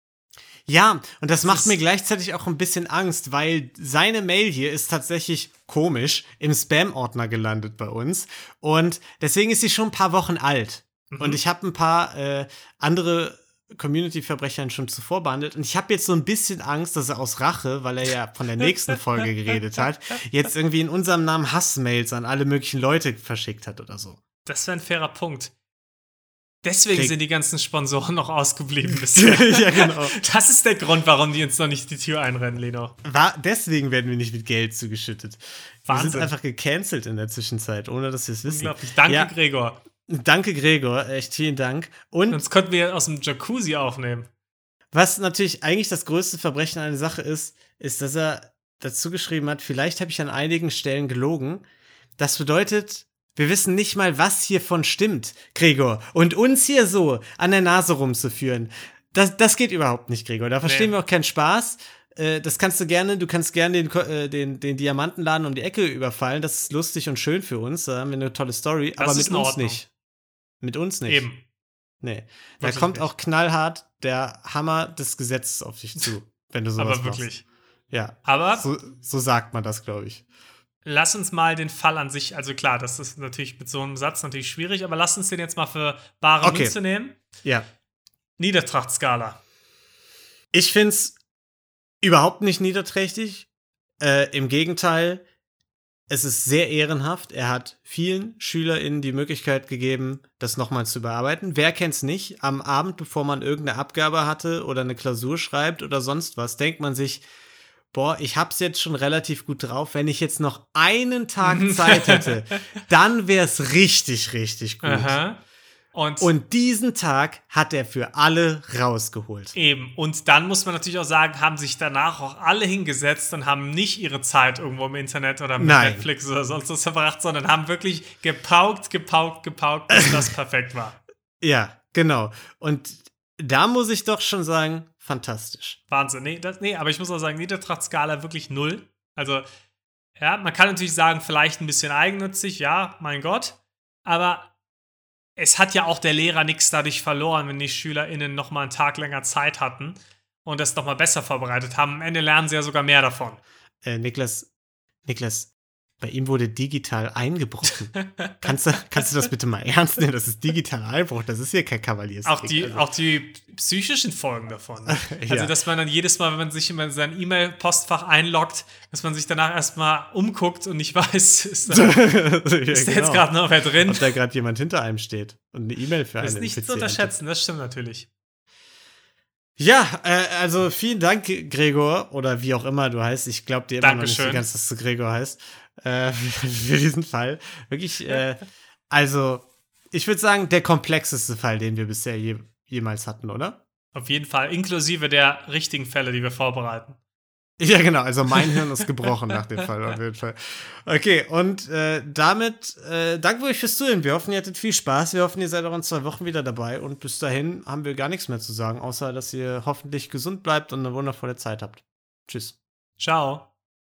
Ja, und das macht mir gleichzeitig auch ein bisschen Angst, weil seine Mail hier ist tatsächlich komisch im Spam-Ordner gelandet bei uns. Und deswegen ist sie schon ein paar Wochen alt. Und ich habe ein paar andere Community-Verbrechern schon zuvor behandelt. Und ich habe jetzt so ein bisschen Angst, dass er aus Rache, weil er ja von der nächsten Folge geredet hat, jetzt irgendwie in unserem Namen Hassmails an alle möglichen Leute verschickt hat oder so. Das wäre ein fairer Punkt. Deswegen sind die ganzen Sponsoren noch ausgeblieben bisher. Ja, genau. Das ist der Grund, warum die uns noch nicht die Tür einrennen, Lino. Deswegen werden wir nicht mit Geld zugeschüttet. Wahnsinn. Wir sind einfach gecancelt in der Zwischenzeit, ohne dass wir es wissen. Unglaublich. Danke, Gregor. Danke, Gregor. Echt vielen Dank. Und sonst könnten wir aus dem Jacuzzi aufnehmen. Was natürlich eigentlich das größte Verbrechen an der Sache ist, dass er dazu geschrieben hat, vielleicht habe ich an einigen Stellen gelogen. Das bedeutet, wir wissen nicht mal, was hiervon stimmt, Gregor. Und uns hier so an der Nase rumzuführen, das geht überhaupt nicht, Gregor. Da verstehen wir auch keinen Spaß. Du kannst gerne den Diamantenladen um die Ecke überfallen. Das ist lustig und schön für uns. Da haben wir eine tolle Story. Aber mit uns nicht. Mit uns nicht. Eben. Nee. Da kommt auch knallhart der Hammer des Gesetzes auf dich zu, wenn du sowas machst. Aber wirklich. Ja. Aber so sagt man das, glaube ich. Lass uns mal den Fall an sich, also klar, das ist natürlich mit so einem Satz natürlich schwierig, aber lass uns den jetzt mal für bare Münze nehmen. Ja. Niedertrachtskala. Ich find's überhaupt nicht niederträchtig. Im Gegenteil, es ist sehr ehrenhaft. Er hat vielen SchülerInnen die Möglichkeit gegeben, das nochmal zu bearbeiten. Wer kennt's nicht? Am Abend, bevor man irgendeine Abgabe hatte oder eine Klausur schreibt oder sonst was, denkt man sich, boah, ich hab's jetzt schon relativ gut drauf. Wenn ich jetzt noch einen Tag Zeit hätte, dann wär's richtig, richtig gut. Aha. Und diesen Tag hat er für alle rausgeholt. Eben. Und dann muss man natürlich auch sagen, haben sich danach auch alle hingesetzt und haben nicht ihre Zeit irgendwo im Internet oder mit Netflix oder sonst was verbracht, sondern haben wirklich gepaukt, bis das perfekt war. Ja, genau. Und da muss ich doch schon sagen, fantastisch. Wahnsinn. Nee, aber ich muss auch sagen, Niedertracht-Skala wirklich 0. Also, ja, man kann natürlich sagen, vielleicht ein bisschen eigennützig, ja, mein Gott. Aber es hat ja auch der Lehrer nichts dadurch verloren, wenn die SchülerInnen noch mal einen Tag länger Zeit hatten und das noch mal besser vorbereitet haben. Am Ende lernen sie ja sogar mehr davon. Niklas, bei ihm wurde digital eingebrochen. Kannst du das bitte mal ernst nehmen? Das ist digital Einbruch, das ist hier kein Kavalierskrieg. Auch die psychischen Folgen davon. Also, Ja. dass man dann jedes Mal, wenn man sich in sein E-Mail-Postfach einloggt, dass man sich danach erstmal umguckt und nicht weiß, ist da jetzt gerade noch wer drin? Ob da gerade jemand hinter einem steht und eine E-Mail für einen Das ist nicht zu unterschätzen, das stimmt natürlich. Ja, also vielen Dank, Gregor, oder wie auch immer du heißt. Ich glaube dir immer noch nicht so ganz, dass du Gregor heißt, für diesen Fall. Wirklich, also ich würde sagen, der komplexeste Fall, den wir bisher jemals hatten, oder? Auf jeden Fall, inklusive der richtigen Fälle, die wir vorbereiten. Ja, genau, also mein Hirn ist gebrochen nach dem Fall, auf jeden Fall. Okay, und damit danken wir euch fürs Zuhören. Wir hoffen, ihr hattet viel Spaß. Wir hoffen, ihr seid auch in 2 Wochen wieder dabei. Und bis dahin haben wir gar nichts mehr zu sagen, außer dass ihr hoffentlich gesund bleibt und eine wundervolle Zeit habt. Tschüss. Ciao.